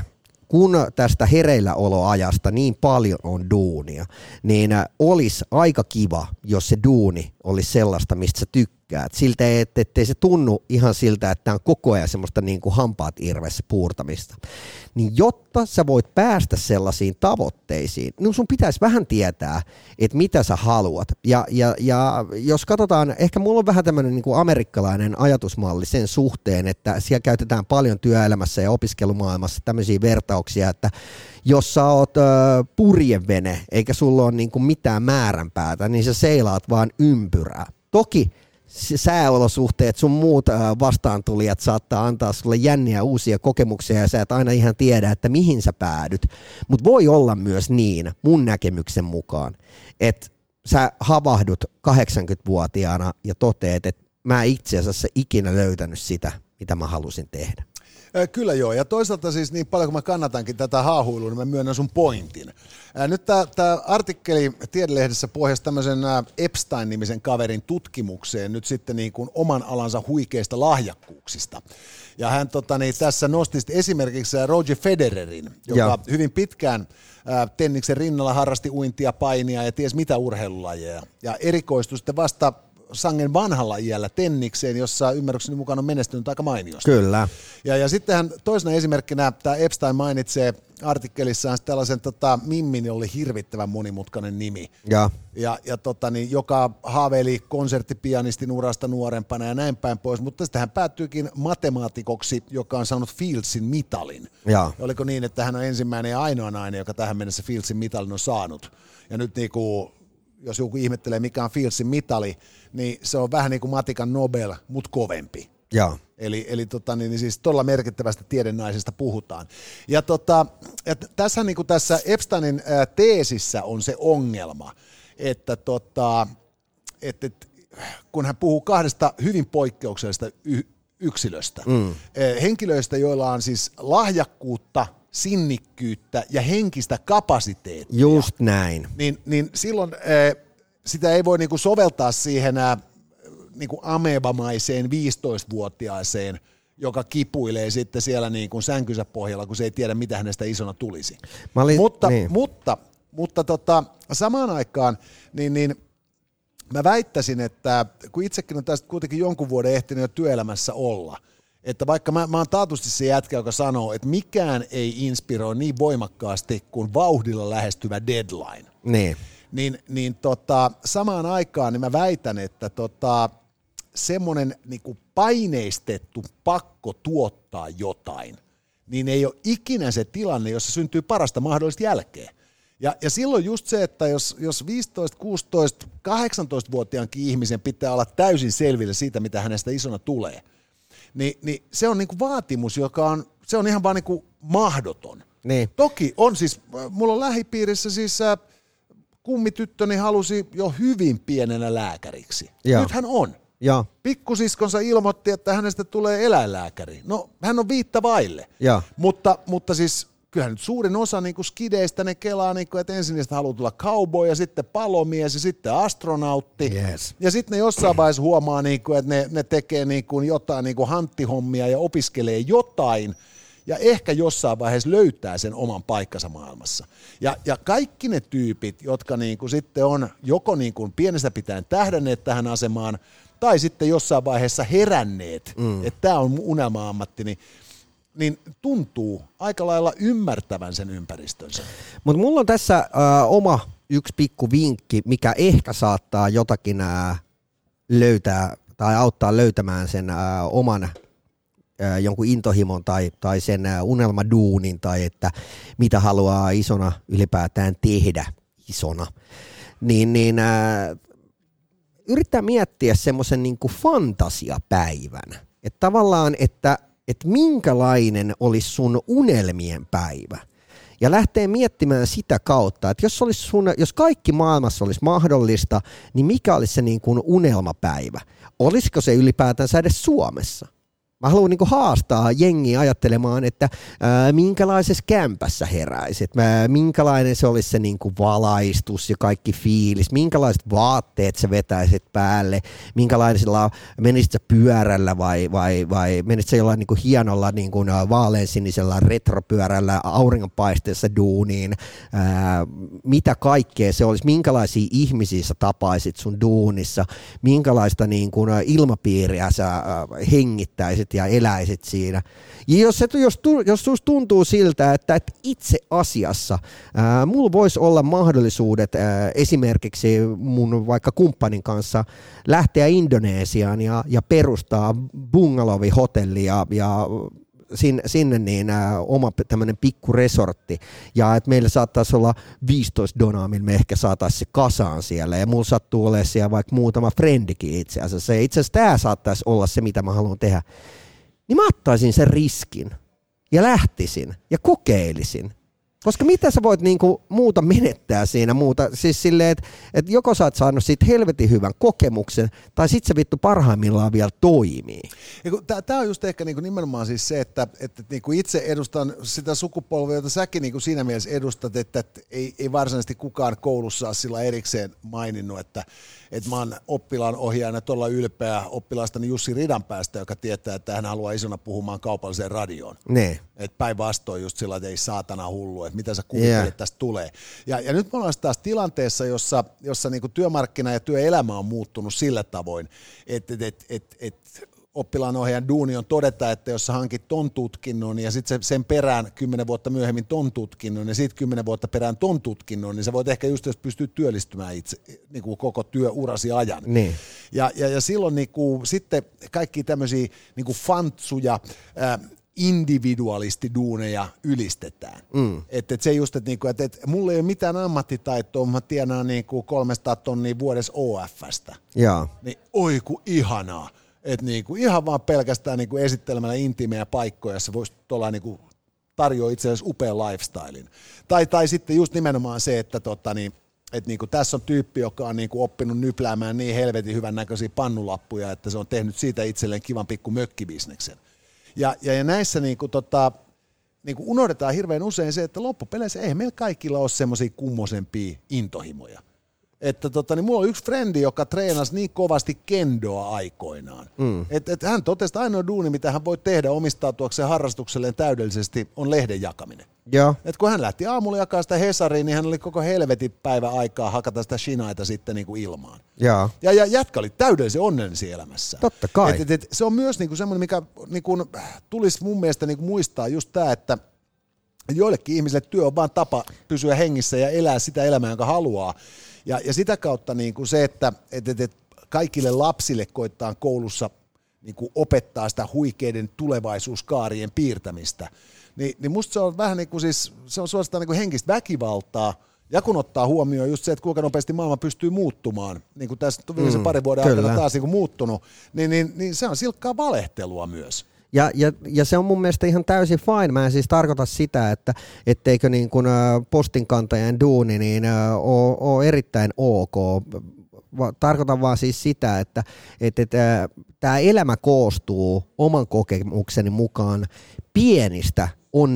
Speaker 2: kun tästä hereilläoloajasta niin paljon on duunia, niin olisi aika kiva, jos se duuni olisi sellaista, mistä sä tykkäät. Siltä, et, ettei se tunnu ihan siltä, että tämä on koko ajan semmoista niin kuin hampaat irvessä puurtamista. Niin jotta sä voit päästä sellaisiin tavoitteisiin, niin sun pitäisi vähän tietää, että mitä sä haluat. Ja, ja, ja jos katsotaan, ehkä mulla on vähän tämmöinen niin kuin amerikkalainen ajatusmalli sen suhteen, että siellä käytetään paljon työelämässä ja opiskelumaailmassa tämmöisiä vertauksia, että jos sä oot ö, purjevene, eikä sulla ole niin kuin mitään määränpäätä, niin sä seilaat vaan ympyrää. Toki sääolosuhteet, sun muut vastaantulijat saattaa antaa sulle jänniä uusia kokemuksia ja sä et aina ihan tiedä, että mihin sä päädyt. Mutta voi olla myös niin, mun näkemyksen mukaan, että sä havahdut kahdeksankymmentävuotiaana ja toteet, että mä itse asiassa ikinä löytänyt sitä, mitä mä halusin tehdä.
Speaker 1: Kyllä joo, ja toisaalta siis niin paljon kun mä kannatankin tätä haahuilua, niin mä myönnän sun pointin. Nyt tämä artikkeli Tiedelehdessä pohjasi tämmöisen Epstein-nimisen kaverin tutkimukseen nyt sitten niin kuin oman alansa huikeista lahjakkuuksista. Ja hän tota, niin, tässä nosti esimerkiksi Roger Federerin, joka ja. hyvin pitkään ää, tenniksen rinnalla harrasti uintia, painia ja ties mitä urheilulajeja. Ja erikoistui sitten vasta sangen vanhalla iällä tennikseen, jossa ymmärrykseni mukaan on menestynyt aika mainiosti.
Speaker 2: Kyllä.
Speaker 1: Ja, ja sittenhän toisena esimerkkinä tämä Epstein mainitsee artikkelissaan tällaisen tota, Mimmin, jolle hirvittävän monimutkainen nimi,
Speaker 2: ja,
Speaker 1: ja, ja tota, niin, joka haaveili konserttipianistin urasta nuorempana ja näin päin pois, mutta sitten hän päättyykin matemaatikoksi, joka on saanut Fieldsin mitalin.
Speaker 2: ja.
Speaker 1: Oliko niin, että hän on ensimmäinen ja ainoa nainen, joka tähän mennessä Fieldsin mitalin on saanut, ja nyt niinku jos joku ihmettelee, mikä on Fieldsin mitali, niin se on vähän niin kuin matikan Nobel, mutta kovempi.
Speaker 2: Ja.
Speaker 1: Eli, eli tota, niin siis todella merkittävästä tiedennaisesta puhutaan. Ja, tota, ja tässä, niin kuin tässä Epsteinin ää, teesissä on se ongelma, että tota, et, et, kun hän puhuu kahdesta hyvin poikkeuksellisesta y- yksilöstä, mm. ää, henkilöistä, joilla on siis lahjakkuutta, sinnikkyyttä ja henkistä kapasiteettia.
Speaker 2: Just näin.
Speaker 1: Niin, niin silloin ää, sitä ei voi niinku soveltaa siihen ää, niin kuin amebamaiseen viisitoistavuotiaaseen, joka kipuilee sitten siellä niin kuin sänkynsä pohjalla, kun se ei tiedä, mitä hänestä isona tulisi. Olin, mutta niin. mutta, mutta tota, samaan aikaan niin, niin mä väittäisin, että kun itsekin on tästä kuitenkin jonkun vuoden ehtinyt jo työelämässä olla, että vaikka mä, mä oon taatusti se jätkä, joka sanoo, että mikään ei inspiroi niin voimakkaasti kuin vauhdilla lähestyvä deadline.
Speaker 2: Niin.
Speaker 1: Niin, niin tota, samaan aikaan niin mä väitän, että tota, semmoinen niinku paineistettu pakko tuottaa jotain, niin ei ole ikinä se tilanne, jossa syntyy parasta mahdollista jälkeä. Ja, ja silloin just se, että jos, jos viisitoista, kuusitoista, kahdeksantoistavuotiaankin ihmisen pitää olla täysin selvillä siitä, mitä hänestä isona tulee, niin, niin se on niinku vaatimus, joka on, se on ihan vaan niinku mahdoton.
Speaker 2: Niin.
Speaker 1: Toki on siis, mulla on lähipiirissä siis äh, kummityttöni halusi jo hyvin pienenä lääkäriksi.
Speaker 2: Ja.
Speaker 1: Nyt hän on.
Speaker 2: Ja.
Speaker 1: Pikkusiskonsa ilmoitti, että hänestä tulee eläinlääkäri. No, hän on viittä vaille.
Speaker 2: Ja.
Speaker 1: Mutta, mutta siis kyllähän nyt suurin osa niin kuin skideistä ne kelaa, niin kuin, että ensin niistä haluaa tulla cowboy ja sitten palomies ja sitten astronautti.
Speaker 2: Yes.
Speaker 1: Ja sitten ne jossain vaiheessa huomaa, niin kuin, että ne, ne tekee niin kuin jotain niin kuin hanttihommia ja opiskelee jotain. Ja ehkä jossain vaiheessa löytää sen oman paikkansa maailmassa. Ja, ja kaikki ne tyypit, jotka niin kuin sitten on joko niin kuin pienestä pitäen tähdänneet tähän asemaan, tai sitten jossain vaiheessa heränneet, mm. että tämä on mun unelma-ammatti, niin, niin tuntuu aika lailla ymmärtävän sen ympäristönsä.
Speaker 2: Mutta mulla on tässä äh, oma yksi pikku vinkki, mikä ehkä saattaa jotakin äh, löytää tai auttaa löytämään sen äh, oman äh, jonkun intohimon tai, tai sen äh, unelmaduunin tai että mitä haluaa isona ylipäätään tehdä isona. Niin, niin äh, yrittää miettiä semmoisen niin kuin fantasiapäivän. Että tavallaan, että, että minkälainen olisi sun unelmien päivä. Ja lähtee miettimään sitä kautta, että jos, olisi sun, jos kaikki maailmassa olisi mahdollista, niin mikä olisi se niin kuin unelmapäivä? Olisiko se ylipäätänsä edes Suomessa? Mä haluan niinku haastaa jengiä ajattelemaan, että ää, minkälaisessa kämpässä heräisit, ää, minkälainen se olisi se niinku valaistus ja kaikki fiilis, minkälaiset vaatteet sä vetäisit päälle, minkälaisella menisit sä pyörällä vai, vai, vai menisit sä jollain niinku hienolla niinku vaaleansinisellä retropyörällä auringonpaisteessa duuniin, ää, mitä kaikkea se olisi, minkälaisia ihmisiä sä tapaisit sun duunissa, minkälaista niinku ilmapiiriä sä ää, hengittäisit ja eläisit siinä. Ja jos, se, jos, jos susta tuntuu siltä, että, että itse asiassa ää, mulla voisi olla mahdollisuudet ää, esimerkiksi mun vaikka kumppanin kanssa lähteä Indonesiaan ja, ja perustaa bungalow-hotelli ja, ja sinne, sinne niin ää, oma tämmöinen pikku resortti ja että meillä saattaisi olla viisitoista donaa, millä me ehkä saataisiin se kasaan siellä ja mulla sattuu olemaan siellä vaikka muutama frendikin itse asiassa. Itse asiassa tämä saattaisi olla se, mitä mä haluan tehdä. Niin mä ottaisin sen riskin ja lähtisin ja kokeilisin. Koska mitä sä voit niinku muuta menettää siinä muuta, siis silleen, että et joko sä oot saanut siitä helvetin hyvän kokemuksen, tai sit se vittu parhaimmillaan vielä toimii.
Speaker 1: Tämä on just ehkä niinku nimenomaan siis se, että, että niinku itse edustan sitä sukupolvea, jota säkin niinku siinä mielessä edustat, että, että ei, ei varsinaisesti kukaan koulussa ole sillä erikseen maininnut, että, että mä oon oppilaan ohjaajana todella ylpeä oppilaastani Jussi Ridanpäästä, joka tietää, että hän haluaa isona puhumaan kaupalliseen radioon.
Speaker 2: Ne.
Speaker 1: Että päinvastoin just sillä, että ei saatana hullu, että mitä sä kuvittelet, yeah. tästä tulee. Ja, ja nyt me ollaan taas tilanteessa, jossa, jossa niinku työmarkkina ja työelämä on muuttunut sillä tavoin, että et, et, et, et oppilaanohjaajan duuni on todeta, että jos sä hankit ton tutkinnon ja sitten sen perään kymmenen vuotta myöhemmin ton tutkinnon ja sitten kymmenen vuotta perään ton tutkinnon, niin sä voit ehkä just jos pystyy työllistymään itse niin kuin koko työurasi ajan.
Speaker 2: Niin.
Speaker 1: Ja, ja, ja silloin niin kuin, sitten kaikki tämmöisiä niin kuin fantsuja, ää, individualistiduuneja ylistetään. Mm. Että et se just, että niinku, et, et mulla ei ole mitään ammattitaitoa, mä tienaan niinku kolmesataa tonnia vuodessa O F:stä.
Speaker 2: Jaa.
Speaker 1: Niin oi ku ihanaa. Että niinku, ihan vaan pelkästään niinku esittelemällä intiimejä paikkoja, se voisi tuolla niinku tarjoa itse asiassa upean lifestylein. Tai, tai sitten just nimenomaan se, että tota, niin, et niinku, tässä on tyyppi, joka on niinku oppinut nypläämään niin helvetin hyvän näköisiä pannulappuja, että se on tehnyt siitä itselleen kivan pikku mökkibisneksen. Ja, ja, ja näissä niinku, tota, niinku unohdetaan hirveän usein se, että loppupeleissä ei meillä kaikilla ole semmoisia kummosempia intohimoja. Että tota, niin mulla on yksi frendi, joka treenasi niin kovasti kendoa aikoinaan. Mm. Että et hän totesi, että ainoa duuni, mitä hän voi tehdä omistautuakseen harrastukselleen täydellisesti, on lehden jakaminen.
Speaker 2: Joo.
Speaker 1: Et kun hän lähti aamulla jakaa sitä Hesariin, niin hän oli koko helvetin päivä aikaa hakata sitä shinaita sitten niin kuin ilmaan.
Speaker 2: Joo.
Speaker 1: Ja, ja jätkä oli täydellisen onnellinen elämässä.
Speaker 2: Totta kai.
Speaker 1: Et, et, et, se on myös niin kuin semmoinen, mikä niin kuin, tulisi mun mielestä niin kuin muistaa just tämä, että joillekin ihmisille työ on vaan tapa pysyä hengissä ja elää sitä elämää, jonka haluaa. Ja, ja sitä kautta niin kuin se, että et, et, et kaikille lapsille koittaa koulussa niin kuin opettaa sitä huikeiden tulevaisuuskaarien piirtämistä, niin, niin musta se on vähän niin kuin siis, se on suorastaan niin kuin henkistä väkivaltaa, ja kun ottaa huomioon just se, että kuinka nopeasti maailma pystyy muuttumaan, niin kuin tässä viimeisen mm, parin vuoden kyllä. aikana taas niin kuin muuttunut, niin, niin, niin se on silkkaa valehtelua myös.
Speaker 2: Ja, ja, ja se on mun mielestä ihan täysin fine. Mä en siis tarkoita sitä, että etteikö niin kuin postinkantajan duuni niin ole, ole erittäin ok. Tarkoitan vaan siis sitä, että, että, että tämä elämä koostuu oman kokemukseni mukaan pienistä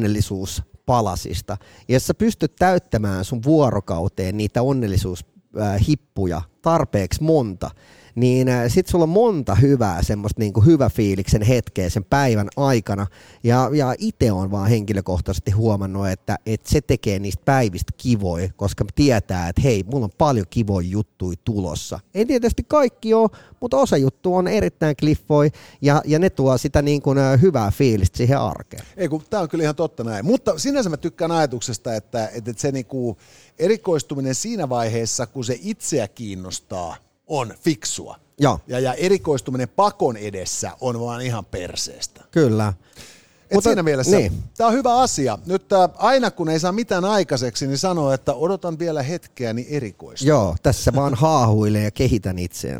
Speaker 2: onnellisuuspalasista. Ja jos sä pystyt täyttämään sun vuorokauteen niitä onnellisuushippuja tarpeeksi monta, niin sit sulla on monta hyvää semmoista niinku hyvä fiiliksen hetkeä sen päivän aikana. Ja, ja itse on vaan henkilökohtaisesti huomannut, että, että se tekee niistä päivistä kivoja, koska tietää, että hei, mulla on paljon kivoja juttuja tulossa. Ei tietysti kaikki ole, mutta osa juttu on erittäin kliffoi ja, ja ne tuo sitä niin kuin hyvää fiilistä siihen arkeen.
Speaker 1: Ei kun tää on kyllä ihan totta näin, mutta sinänsä mä tykkään ajatuksesta, että, että se niinku erikoistuminen siinä vaiheessa, kun se itseä kiinnostaa, on fiksua.
Speaker 2: Ja,
Speaker 1: ja, ja erikoistuminen pakon edessä on vaan ihan perseestä.
Speaker 2: Kyllä.
Speaker 1: Et mutta, siinä mielessä niin. Tämä on hyvä asia. Nyt äh, aina kun ei saa mitään aikaiseksi, niin sanoo, että odotan vielä hetkeä, niin erikoistuu.
Speaker 2: Joo, tässä vaan haahuilen ja kehitän itseään.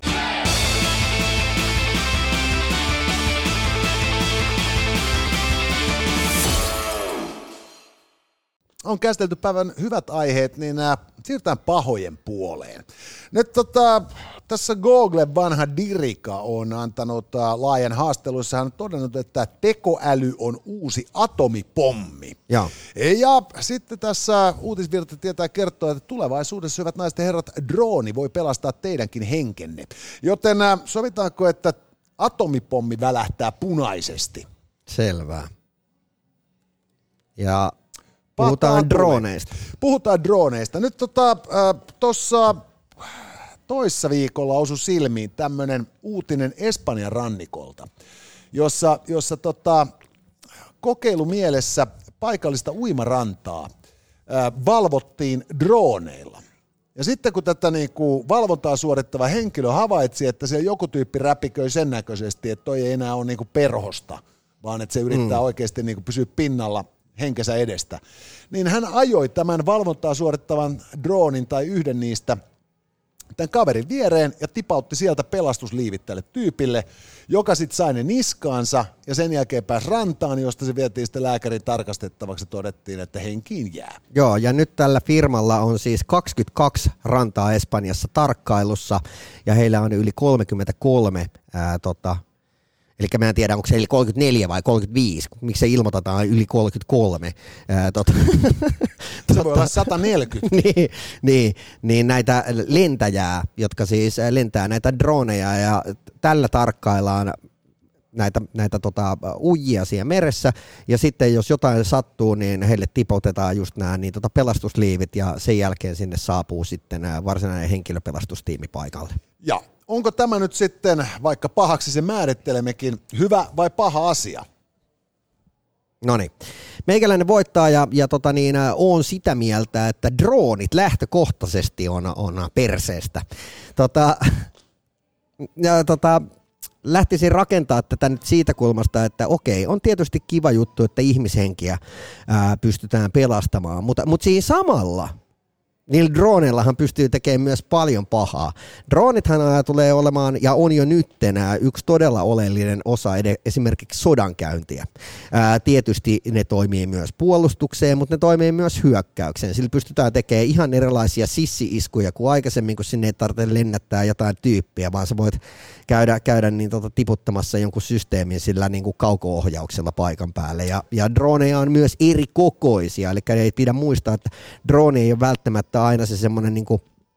Speaker 1: On käsitelty päivän hyvät aiheet, niin äh, siirrytään pahojen puoleen. Nyt tota, tässä Google vanha Dirika on antanut äh, laajan haasteluissa, hän on todennut, että tekoäly on uusi atomipommi.
Speaker 2: Ja,
Speaker 1: ja sitten tässä uutisvirta tietää kertoa, että tulevaisuudessa, hyvät naiset ja herrat, drooni voi pelastaa teidänkin henkenne. Joten äh, sovitaanko, että atomipommi välähtää punaisesti?
Speaker 2: Selvä. Ja puhutaan droneista.
Speaker 1: Puhutaan droneista. Nyt tuossa tota, toissa viikolla osui silmiin tämmöinen uutinen Espanjan rannikolta, jossa, jossa tota, kokeilumielessä paikallista uimarantaa ää, valvottiin droneilla. Ja sitten kun tätä niinku valvontaa suorittava henkilö havaitsi, että siellä joku tyyppi räpiköi sen näköisesti, että toi ei enää ole niinku perhosta, vaan että se yrittää mm. oikeasti niinku pysyä pinnalla henkensä edestä, niin hän ajoi tämän valvontaa suorittavan droonin tai yhden niistä tämän kaverin viereen ja tipautti sieltä pelastusliivit tälle tyypille, joka sitten sai ne niskaansa ja sen jälkeen pääsi rantaan, josta se vietiin sitten lääkärin tarkastettavaksi ja todettiin, että henkiin jää.
Speaker 2: Joo, ja nyt tällä firmalla on siis kaksikymmentäkaksi rantaa Espanjassa tarkkailussa ja heillä on yli kolmekymmentäkolme ää, tota, eli mä en tiedä, onko se yli kolmekymmentäneljä vai kolmekymmentäviisi, miksi se ilmoitetaan yli kolmekymmentäkolme. Ää, tota,
Speaker 1: se voi olla sata neljäkymmentä.
Speaker 2: niin, niin, niin näitä lentäjää, jotka siis lentää näitä droneja ja tällä tarkkaillaan näitä, näitä tota, ujia siellä meressä ja sitten jos jotain sattuu, niin heille tipautetaan just nämä niin, tota, pelastusliivit ja sen jälkeen sinne saapuu sitten varsinainen henkilöpelastustiimi paikalle.
Speaker 1: Ja onko tämä nyt sitten, vaikka pahaksi se määrittelemmekin, hyvä vai paha asia?
Speaker 2: Noniin. Meikäläinen voittaa ja, ja tota niin, on sitä mieltä, että droonit lähtökohtaisesti on, on perseestä. Tota, ja, tota, lähtisin rakentaa tätä nyt siitä kulmasta, että okei, on tietysti kiva juttu, että ihmishenkiä ää, pystytään pelastamaan, mutta, mutta siinä samalla niillä droneillahan pystyy tekemään myös paljon pahaa. Dronithan tulee olemaan ja on jo nyttenä yksi todella oleellinen osa esimerkiksi sodankäyntiä. Ää, tietysti ne toimii myös puolustukseen, mutta ne toimii myös hyökkäykseen. Sillä pystytään tekemään ihan erilaisia sissi-iskuja kuin aikaisemmin, kun sinne ei tarvitse lennättää jotain tyyppiä, vaan sä voit käydä, käydä niin tota, tiputtamassa jonkun systeemin sillä niin kuin kauko-ohjauksella paikan päälle. Ja, ja droneja on myös eri kokoisia, eli ei pidä muistaa, että drone ei ole välttämättä aina se semmoinen niin kuin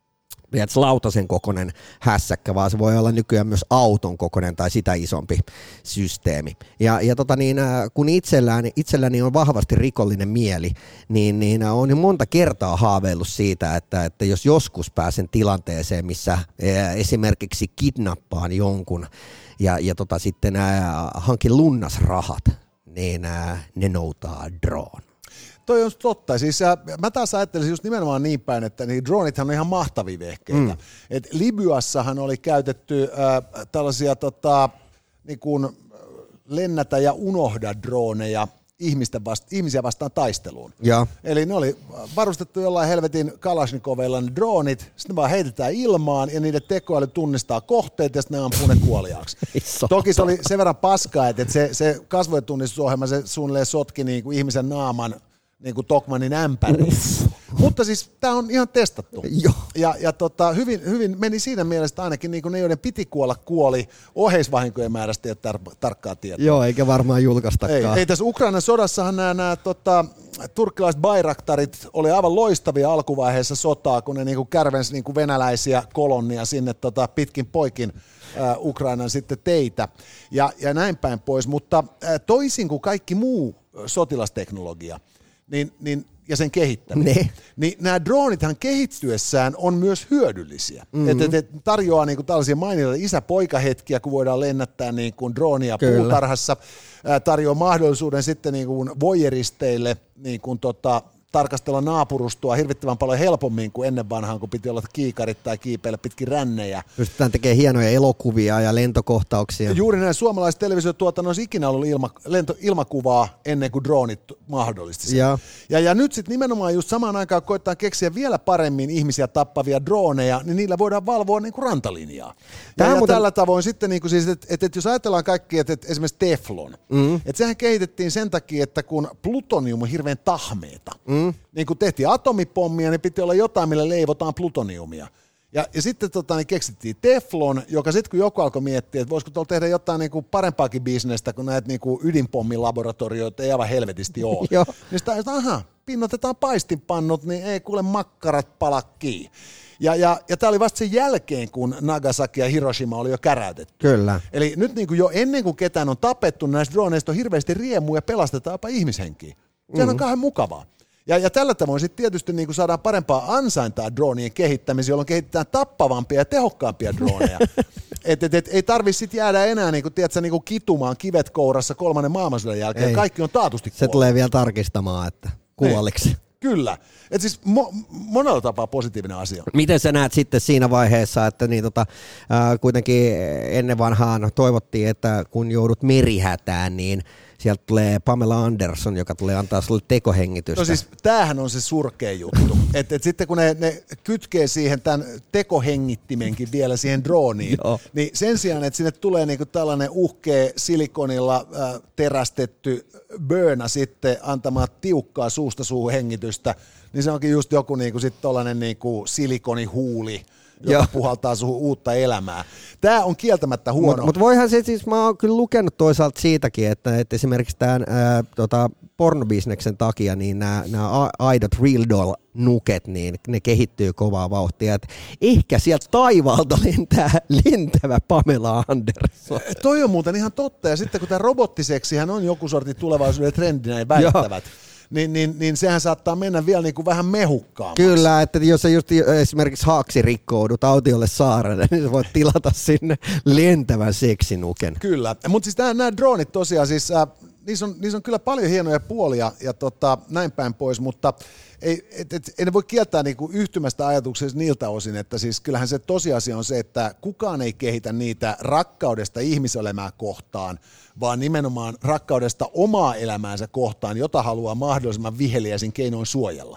Speaker 2: lautasen kokoinen hässäkkä, vaan se voi olla nykyään myös auton kokoinen tai sitä isompi systeemi. Ja, ja tota niin, kun itselläni, itselläni on vahvasti rikollinen mieli, niin, niin on monta kertaa haaveillut siitä, että, että jos joskus pääsen tilanteeseen, missä esimerkiksi kidnappaan jonkun ja, ja tota sitten ää, hankin lunnasrahat, niin ää, ne noutaa drone.
Speaker 1: Toi on totta. Siis, äh, mä taas ajattelisin just nimenomaan niin päin, että niin dronithan on ihan mahtavia vehkeitä. Mm. Et Libyassahan oli käytetty äh, tällaisia tota, niin kuin lennätä ja unohda droneja ihmisten vasta, ihmisiä vastaan taisteluun.
Speaker 2: Ja. Eli
Speaker 1: ne oli varustettu jollain helvetin Kalashnikovilla ne dronit, sitten vaan heitetään ilmaan ja niiden tekoäly tunnistaa kohteet ja sitten ne ampuu ne kuoliaaksi. Toki se oli sen verran paskaa, että se, se kasvojentunnistusohjelma se suunnilleen sotki niin kuin ihmisen naaman niin kuin Tokmannin ämpäriin. Mutta siis tämä on ihan testattu.
Speaker 2: Joo.
Speaker 1: Ja, ja tota, hyvin, hyvin meni siinä mielessä ainakin niin kuin ne, joiden piti kuolla, kuoli. Oheisvahinkojen määrästä ei ole tar- tarkkaa tietoa.
Speaker 2: Joo, eikä varmaan julkaistakaan.
Speaker 1: Ei, ei tässä Ukrainan sodassahan nämä, nämä tota, turkkilaiset Bayraktarit oli aivan loistavia alkuvaiheessa sotaa, kun ne niin kuin kärvensi niin kuin venäläisiä kolonnia sinne tota, pitkin poikin uh, Ukrainan sitten teitä ja, ja näin päin pois. Mutta uh, toisin kuin kaikki muu sotilasteknologia, Niin, niin, ja sen kehittäminen,
Speaker 2: ne.
Speaker 1: niin nämä dronithan kehittyessään on myös hyödyllisiä. Mm-hmm. Että et, et tarjoaa niinku tällaisia mainita isä-poika-hetkiä, kun voidaan lennättää niinku dronia
Speaker 2: Kyllä.
Speaker 1: puutarhassa, ää, tarjoaa mahdollisuuden sitten niinku voyeristeille niinku tota, tarkastella naapurustoa hirvittävän paljon helpommin kuin ennen vanhaan, kun piti olla kiikarit tai kiipeillä pitkin rännejä.
Speaker 2: Pystytään tekemään hienoja elokuvia ja lentokohtauksia.
Speaker 1: Juuri näin suomalaiset televisiotuotannoissa ikinä ollut ilma, lento, ilmakuvaa ennen kuin dronit mahdollisti sen.
Speaker 2: Ja,
Speaker 1: ja, ja nyt sitten nimenomaan just samaan aikaan koittaa keksiä vielä paremmin ihmisiä tappavia droneja, niin niillä voidaan valvoa niin kuin rantalinjaa. Ja, ja muuten tällä tavoin sitten, niin kuin siis, että et, et jos ajatellaan kaikki, että et esimerkiksi Teflon, mm. että sehän kehitettiin sen takia, että kun plutonium on hirveän tahmeeta, mm. niin kun tehtiin atomipommia, niin piti olla jotain, millä leivotaan plutoniumia. Ja, ja sitten tota, niin keksittiin Teflon, joka sitten kun joku alkoi miettiä, että voisiko tuolla tehdä jotain niin kuin parempaakin bisnestä, kun näitä niin kuin ydinpommilaboratorioita ei aivan helvetisti ole. Niin sitä, että aha, pinnotetaan paistinpannut, niin ei kuule makkarat pala kiinni. Ja, ja, ja tämä oli vasta sen jälkeen, kun Nagasaki ja Hiroshima oli jo käräytetty.
Speaker 2: Kyllä.
Speaker 1: Eli nyt niin kuin jo ennen kuin ketään on tapettu, näistä droneista on hirveästi riemua ja pelastetaan jopa ihmishenkiä. Sehän mm. on kauhean mukavaa. Ja, ja tällä tavoin sitten tietysti niin kuin saadaan parempaa ansaintaa dronien kehittämiseen, jolloin kehitetään tappavampia ja tehokkaampia droneja. et, et, et, ei tarvitse sitten jäädä enää niin kuin, tiedätkö, niin kuin kitumaan kivet kourassa kolmannen maailmansodan jälkeen. Ei. Kaikki on taatusti kuollut.
Speaker 2: Se tulee vielä tarkistamaan, että kuoliksi.
Speaker 1: Kyllä. Et siis mo- monella tapaa positiivinen asia.
Speaker 2: Miten sä näet sitten siinä vaiheessa, että niin tota, äh, kuitenkin ennen vanhaan toivottiin, että kun joudut merihätään, niin sieltä tulee Pamela Anderson, joka tulee antaa sulle tekohengitystä.
Speaker 1: No siis tämähän on se surkea juttu. Että et sitten kun ne, ne kytkee siihen tämän tekohengittimenkin vielä siihen droniin, niin sen sijaan, että sinne tulee niinku tällainen uhkea silikonilla äh, terästetty böönä sitten antamaan tiukkaa suusta suuhun hengitystä, niin se onkin just joku niinku sit tollainen niinku silikonihuuli, joka Joo. puhaltaa suhun uutta elämää. Tämä on kieltämättä huono.
Speaker 2: Mutta mut voihan se siis, mä oon kyllä lukenut toisaalta siitäkin, että, että esimerkiksi tämän ää, tota, pornobisneksen takia niin nämä aidot Real Doll-nuket, niin ne kehittyy kovaa vauhtia. Et ehkä sieltä taivaalta lentää lentävä Pamela Anderson.
Speaker 1: Toi on muuten ihan totta, ja sitten kun tämä robottiseksihän on joku sortin tulevaisuuden trendi, näin väittävät. Niin, niin, niin sehän saattaa mennä vielä niin kuin vähän mehukkaammaksi.
Speaker 2: Kyllä, että jos sä just esimerkiksi haaksi rikkoudut autiolle saarelle, niin sä voit tilata sinne lentävän seksinuken.
Speaker 1: Kyllä, mutta siis nämä, nämä dronit tosiaan, siis, äh, niissä, on, niissä on kyllä paljon hienoja puolia ja tota, näin päin pois, mutta ei, et, et, ei ne voi kieltää niinku yhtymästä ajatuksesta niiltä osin, että siis kyllähän se tosiasia on se, että kukaan ei kehitä niitä rakkaudesta ihmiselämää kohtaan, vaan nimenomaan rakkaudesta omaa elämäänsä kohtaan, jota haluaa mahdollisimman viheliäisin keinoin suojella.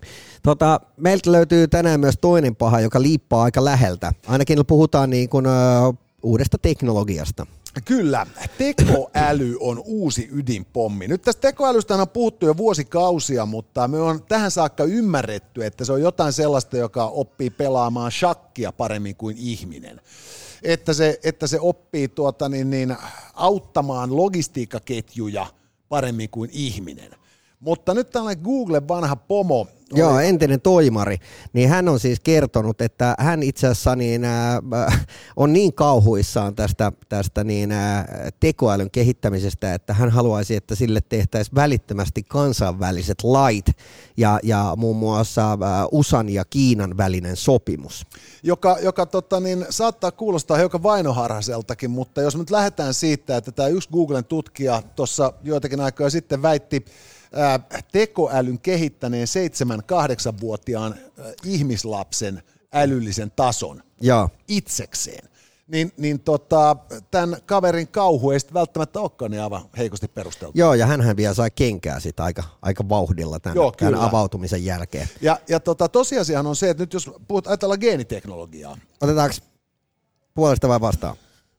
Speaker 2: Tota, meiltä löytyy tänään myös toinen paha, joka liippaa aika läheltä. Ainakin puhutaan niin kuin, uh, uudesta teknologiasta.
Speaker 1: Kyllä, tekoäly on uusi ydinpommi. Nyt tästä tekoälystä on puhuttu jo vuosikausia, mutta me on tähän saakka ymmärretty, että se on jotain sellaista, joka oppii pelaamaan shakkia paremmin kuin ihminen. Että se, että se oppii tuota, niin, niin, auttamaan logistiikkaketjuja paremmin kuin ihminen. Mutta nyt tällainen Googlen vanha pomo
Speaker 2: Joo, entinen toimari, niin hän on siis kertonut, että hän itse asiassa niin, äh, on niin kauhuissaan tästä, tästä niin, äh, tekoälyn kehittämisestä, että hän haluaisi, että sille tehtäisiin välittömästi kansainväliset lait ja, ja muun muassa äh, U S A:n ja Kiinan välinen sopimus.
Speaker 1: Joka, joka totta, niin, saattaa kuulostaa hiukan vainoharhaiseltakin, mutta jos nyt lähdetään siitä, että tämä yksi Googlen tutkija tuossa joitakin aikaa sitten väitti, Ää, tekoälyn kehittäneen seitsemän kahdeksanvuotiaan ihmislapsen älyllisen tason
Speaker 2: ja.
Speaker 1: itsekseen, niin, niin tota, tämän kaverin kauhu ei sitten välttämättä olekaan niin aivan heikosti perusteltu.
Speaker 2: Joo, ja hänhän vielä sai kenkää sit aika, aika vauhdilla tämän, Joo, tämän avautumisen jälkeen.
Speaker 1: Ja, ja tota, tosiasiahan on se, että nyt jos puhut, ajatellaan geeniteknologiaa.
Speaker 2: Otetaanko puolesta vai vastaan?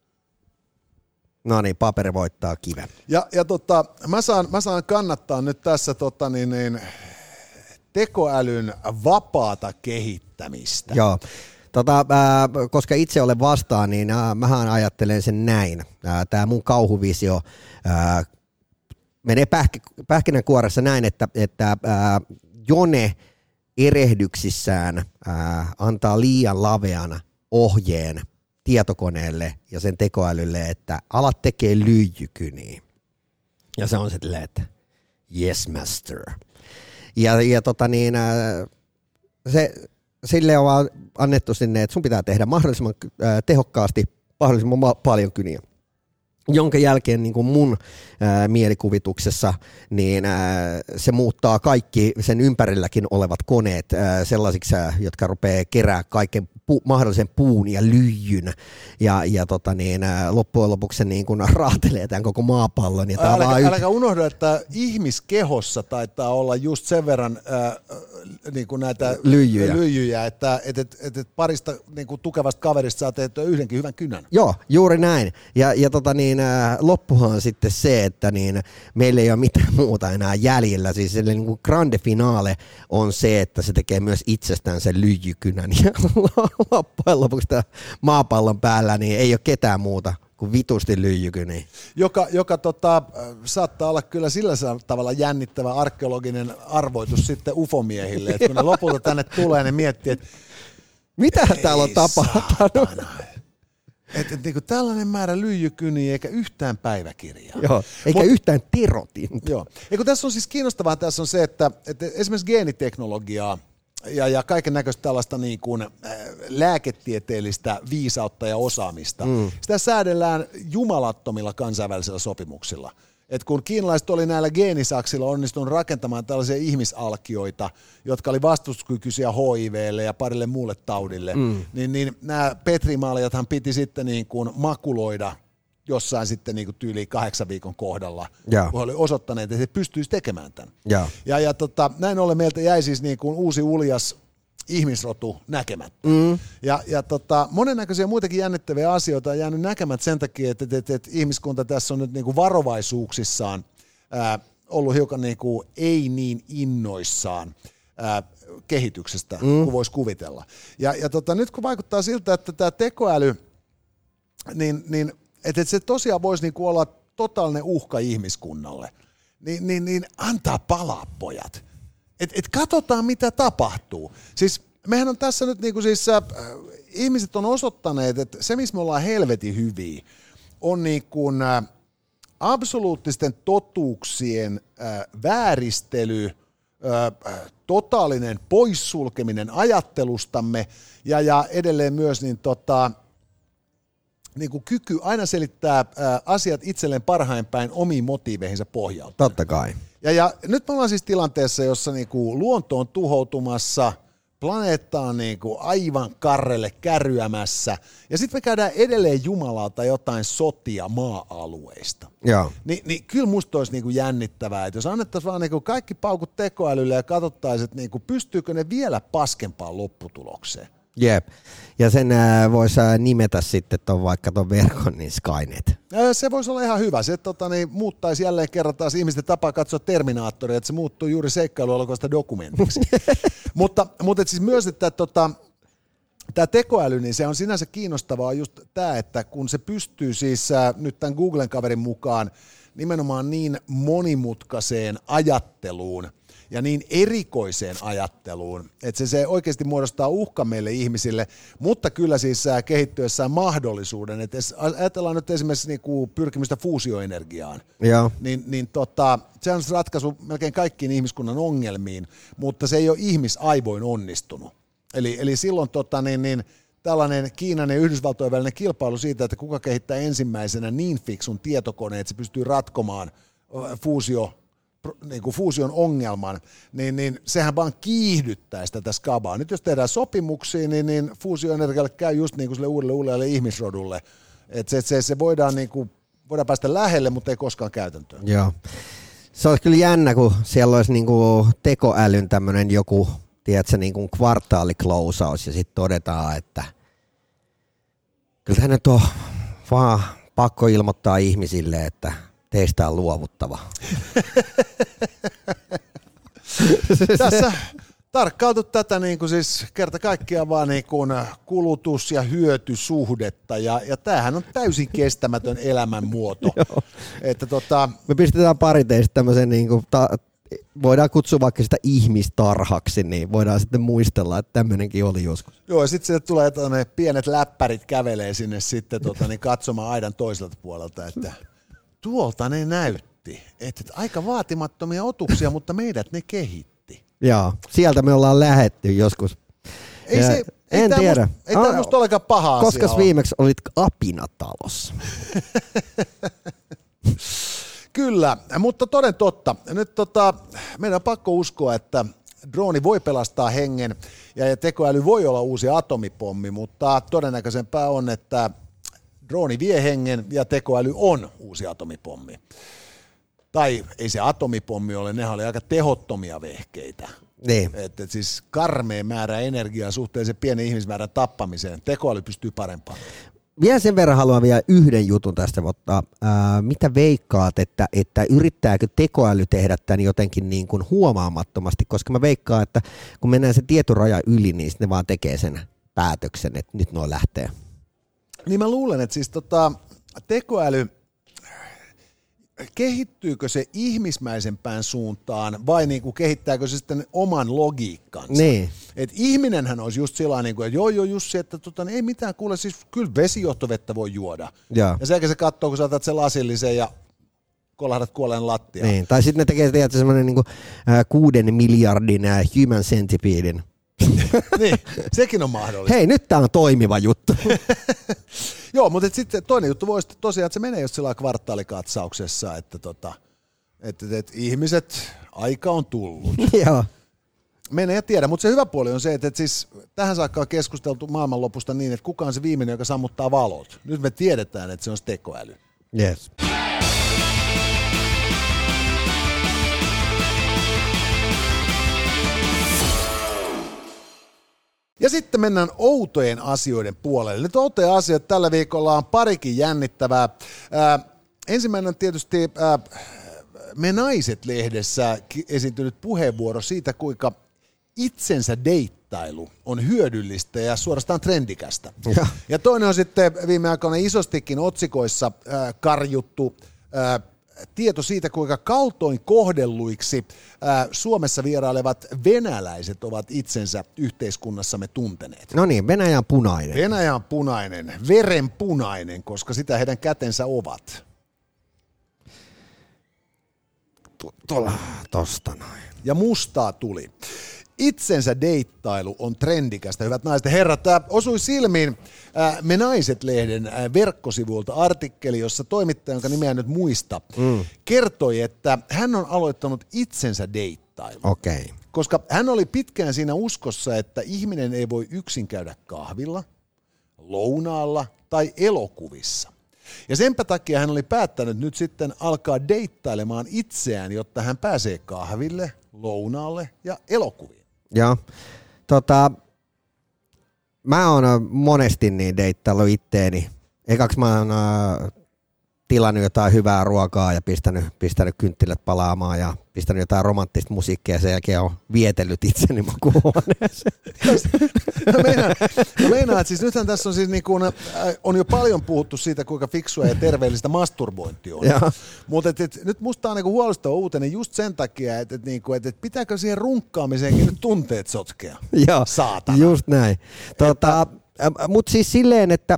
Speaker 2: No niin, paperi voittaa kiven. Ja,
Speaker 1: ja tota, mä, saan, mä saan kannattaa nyt tässä tota, niin, niin, tekoälyn vapaata kehittämistä.
Speaker 2: Joo, tota, äh, koska itse olen vastaan, niin äh, mähän ajattelen sen näin. Äh, Tämä mun kauhuvisio äh, menee pähk- pähkinänkuoressa näin, että, että äh, Jone erehdyksissään äh, antaa liian lavean ohjeen tietokoneelle ja sen tekoälylle, että ala tekee lyijykyniä. Ja se on silleen, että yes master. Ja, ja tota niin, se, sille on vaan annettu sinne, että sun pitää tehdä mahdollisimman tehokkaasti, mahdollisimman paljon kyniä. Jonka jälkeen niin kuin mun ää, mielikuvituksessa niin ää, se muuttaa kaikki sen ympärilläkin olevat koneet ää, sellaisiksi, ää, jotka rupeaa kerää kaiken pu- mahdollisen puun ja lyijyn ja, ja tota niin, ää, loppujen lopuksi se niin kuin raatelee tämän koko maapallon. Ja
Speaker 1: älä,
Speaker 2: y-
Speaker 1: äläkä unohda, että ihmiskehossa taitaa olla just sen verran ää, niin kuin näitä
Speaker 2: lyijyjä,
Speaker 1: lyijyjä että et, et, et, et parista niin kuin tukevasta kaverista saa tehtyä yhdenkin hyvän kynän.
Speaker 2: Joo, juuri näin. Ja, ja tota niin, loppuhan on sitten se, että niin meillä ei ole mitään muuta enää jäljellä. Siis niin kuin grande finale on se, että se tekee myös itsestään sen lyijykynän. Ja loppujen lopuksi maapallon päällä niin ei ole ketään muuta kuin vitusti lyijykyniä.
Speaker 1: Joka, joka tota, saattaa olla kyllä sillä tavalla jännittävä arkeologinen arvoitus sitten ufomiehille, että kun ne lopulta tänne tulee, ne miettii, että
Speaker 2: mitä täällä on tapahtunut?
Speaker 1: Että et, niinku tällainen määrä lyijykyniä eikä yhtään päiväkirjaa.
Speaker 2: Joo, eikä Mut, yhtään terotinta.
Speaker 1: Joo. Eikö tässä on siis kiinnostavaa, tässä on se, että, että esimerkiksi geeniteknologiaa ja, ja kaiken näköistä tällaista niin kuin, äh, lääketieteellistä viisautta ja osaamista, mm. sitä säädellään jumalattomilla kansainvälisillä sopimuksilla. Et kun kiinalaiset oli näillä geenisaksilla onnistunut rakentamaan tällaisia ihmisalkioita, jotka oli vastustuskykyisiä H I V:lle ja parille muulle taudille, mm. niin, niin nämä petrimaaliathan piti sitten niin kuin makuloida jossain sitten niin kuin tyyliin kahdeksan viikon kohdalla, ja. kun he oli osoittaneet, että he pystyisi tekemään tämän.
Speaker 2: Ja,
Speaker 1: ja, ja tota, näin ollen meiltä jäi siis niin kuin uusi uljas ihmisrotu näkemättä. Mm. Ja, ja tota, monennäköisiä muitakin jännittäviä asioita on jäänyt näkemättä sen takia, että, että, että, että ihmiskunta tässä on nyt niin kuin varovaisuuksissaan ää, ollut hiukan niin kuin ei niin innoissaan ää, kehityksestä, mm. kuin voisi kuvitella. Ja, ja tota, nyt kun vaikuttaa siltä, että tämä tekoäly, niin, niin että, että se tosiaan voisi niin kuin olla totaalinen uhka ihmiskunnalle, niin, niin, niin antaa palaa, pojat. Et, et katsotaan, mitä tapahtuu. Siis mehän on tässä nyt niinku siis, äh, ihmiset on osoittaneet, että se, missä me ollaan helvetin hyviä, on niinku, äh, absoluuttisten totuuksien äh, vääristely, äh, totaalinen poissulkeminen ajattelustamme ja, ja edelleen myös niin, tota, niinku kyky aina selittää äh, asiat itselleen parhain päin omiin motiiveihinsa pohjalta.
Speaker 2: Totta kai.
Speaker 1: Ja, ja nyt me ollaan siis tilanteessa, jossa niinku luonto on tuhoutumassa, planeetta on niinku aivan karrelle kärryämässä, ja sitten me käydään edelleen Jumalalta jotain sotia maa-alueista.
Speaker 2: Joo.
Speaker 1: Ni, niin kyllä musta olisi niinku jännittävää, että jos annettaisiin vaan niinku kaikki paukut tekoälylle ja katsottaisiin, että niinku pystyykö ne vielä paskempaan lopputulokseen.
Speaker 2: Jep, ja sen äh, voisi äh, nimetä sitten ton, vaikka tuon verkon, niin Skynet.
Speaker 1: Se voisi olla ihan hyvä. Se tota, niin, muuttaisi jälleen kerran taas ihmisten tapaa katsoa Terminaattoria, että se muuttuu juuri seikkailuelokuvaista dokumentiksi. mutta mutta siis myös, että tota, tämä tekoäly, niin se on sinänsä kiinnostavaa just tämä, että kun se pystyy siis äh, nyt tämän Googlen kaverin mukaan nimenomaan niin monimutkaiseen ajatteluun, ja niin erikoiseen ajatteluun, että se, se oikeasti muodostaa uhka meille ihmisille, mutta kyllä siis kehittyessään mahdollisuuden, että ajatellaan nyt esimerkiksi niinku pyrkimystä fuusioenergiaan,
Speaker 2: Joo.
Speaker 1: niin, niin tota, se on ratkaisu melkein kaikkiin ihmiskunnan ongelmiin, mutta se ei ole ihmisaivoin onnistunut. Eli, eli silloin tota, niin, niin, tällainen Kiinan ja Yhdysvaltojen välinen kilpailu siitä, että kuka kehittää ensimmäisenä niin fiksun tietokoneen, että se pystyy ratkomaan fuusio, niin kuin fuusion ongelman, niin, niin sehän vaan kiihdyttää sitä tätä skabaa. Nyt jos tehdään sopimuksia, niin, niin fuusioenergialle käy just niin kuin sille uudelle uudelle ihmisrodulle. Että se, se, se voidaan, niin kuin, voidaan päästä lähelle, mutta ei koskaan käytäntöön.
Speaker 2: Joo. Se olisi kyllä jännä, kun siellä olisi niin kuin tekoälyn tämmöinen joku, tiedätkö, niin kuin kvartaaliklousaus ja sitten todetaan, että kyllä nyt on vaan pakko ilmoittaa ihmisille, että teistä on luovuttava.
Speaker 1: Tässä tarkkailtu tätä niin kuin siis kerta kaikkiaan vaan niin kuin kulutus- ja hyötysuhdetta, ja, ja tämähän on täysin kestämätön elämänmuoto. Että tota,
Speaker 2: me pistetään pari teistä tämmöisen, niin kuin ta- voidaan kutsua vaikka sitä ihmistarhaksi, niin voidaan sitten muistella, että tämmöinenkin oli joskus.
Speaker 1: Joo, ja sitten sieltä tulee ne pienet läppärit kävelee sinne sitten tota, niin katsomaan aidan toiselta puolelta, että tuolta ne näytti, että aika vaatimattomia otuksia, mutta meidät ne kehitti.
Speaker 2: Joo, sieltä me ollaan lähetty joskus.
Speaker 1: Ei se, ei
Speaker 2: en
Speaker 1: tämä
Speaker 2: tiedä.
Speaker 1: Musta, ei tämä musta olekaan paha asia.
Speaker 2: Koska viimeksi olit apinatalossa?
Speaker 1: Kyllä, mutta toden totta. Nyt tota, meidän on pakko uskoa, että drooni voi pelastaa hengen ja tekoäly voi olla uusi atomipommi, mutta todennäköisempää on, että drooni vie hengen ja tekoäly on uusi atomipommi. Tai ei se atomipommi ole, nehän oli aika tehottomia vehkeitä.
Speaker 2: Niin.
Speaker 1: Että et siis karmea määrä energiaa suhteellisen pienen ihmismäärän tappamiseen. Tekoäly pystyy parempaan.
Speaker 2: Vielä sen verran haluan vielä yhden jutun tästä ottaa. Ää, mitä veikkaat, että, että yrittääkö tekoäly tehdä tämän jotenkin niin kuin huomaamattomasti, koska mä veikkaan, että kun mennään se tietoraja yli, niin ne vaan tekee sen päätöksen, että nyt nuo lähtee.
Speaker 1: Niin mä luulen, että siis tota, tekoäly, kehittyykö se ihmismäisempään suuntaan vai niin kuin kehittääkö se sitten oman logiikkansa?
Speaker 2: Niin.
Speaker 1: Et ihminenhän olisi just sillä niin kuin, että joo joo Jussi, että tota, niin ei mitään kuule, siis kyllä vesijohtovettä voi juoda.
Speaker 2: Ja,
Speaker 1: ja sen se katsoo, kun sä otat sen lasillisen ja kolahdat kuolleen lattiaan.
Speaker 2: niin. Tai sitten ne tekee tiedätkö, semmoinen niin kuin, äh, kuuden miljardin äh, human centipedein.
Speaker 1: Niin, sekin on mahdollista.
Speaker 2: Hei, nyt tää on toimiva juttu.
Speaker 1: Joo, mutta sitten toinen juttu voisi tosiaan, että se menee just sillä kvartaalikatsauksessa, että tota, et, et, et ihmiset, aika on tullut.
Speaker 2: Joo.
Speaker 1: Mene ja tiedä, mutta se hyvä puoli on se, että, että siis tähän saakka on keskusteltu maailmanlopusta niin, että kuka on se viimeinen, joka sammuttaa valot. Nyt me tiedetään, että se on tekoäly.
Speaker 2: Yes.
Speaker 1: Ja sitten mennään outojen asioiden puolelle. Nyt outoja asioita tällä viikolla on parikin jännittävää. Ää, ensimmäinen on tietysti ää, Me Naiset-lehdessä esiintynyt puheenvuoro siitä, kuinka itsensä deittailu on hyödyllistä ja suorastaan trendikästä. Ja, ja toinen on sitten viime aikoina isostikin otsikoissa ää, karjuttu ää, tieto siitä, kuinka kaltoin kohdelluiksi ää, Suomessa vierailevat venäläiset ovat itsensä yhteiskunnassamme tunteneet.
Speaker 2: No niin, Venäjä on punainen.
Speaker 1: Venäjä on punainen, verenpunainen, koska sitä heidän kätensä ovat.
Speaker 2: Tuolla, tosta noin.
Speaker 1: Ja mustaa tuli. Itsensä deittailu on trendikästä, hyvät naiset ja herrat. Tämä osui silmiin ää, Me Naiset-lehden ää, verkkosivuilta artikkeli, jossa toimittaja, jonka nimeä nyt muista, mm. kertoi, että hän on aloittanut itsensä deittailun.
Speaker 2: Okei. Okay.
Speaker 1: Koska hän oli pitkään siinä uskossa, että ihminen ei voi yksin käydä kahvilla, lounaalla tai elokuvissa. Ja senpä takia hän oli päättänyt nyt sitten alkaa deittailemaan itseään, jotta hän pääsee kahville, lounaalle ja elokuviin.
Speaker 2: Joo. Tota, mä oon monesti niin deittailu itteeni. Ekaksi mä oon äh, tilannut jotain hyvää ruokaa ja pistänyt, pistänyt kynttilät palaamaan ja pistänyt jotain romanttista musiikkia ja sen jälkeen on vietellyt itseni makuuhuoneeseen.
Speaker 1: Mä meinaan, mä meinaan, että siis nythän tässä on, siis niin kuin, on jo paljon puhuttu siitä, kuinka fiksua ja terveellistä masturbointi on. Mutta nyt musta on niinku huolestava uutinen just sen takia, että et, niinku, et, et pitääkö siihen runkkaamiseenkin nyt tunteet sotkea.
Speaker 2: Joo,
Speaker 1: saatana.
Speaker 2: Just näin. Tota, että... Mutta siis silleen, että...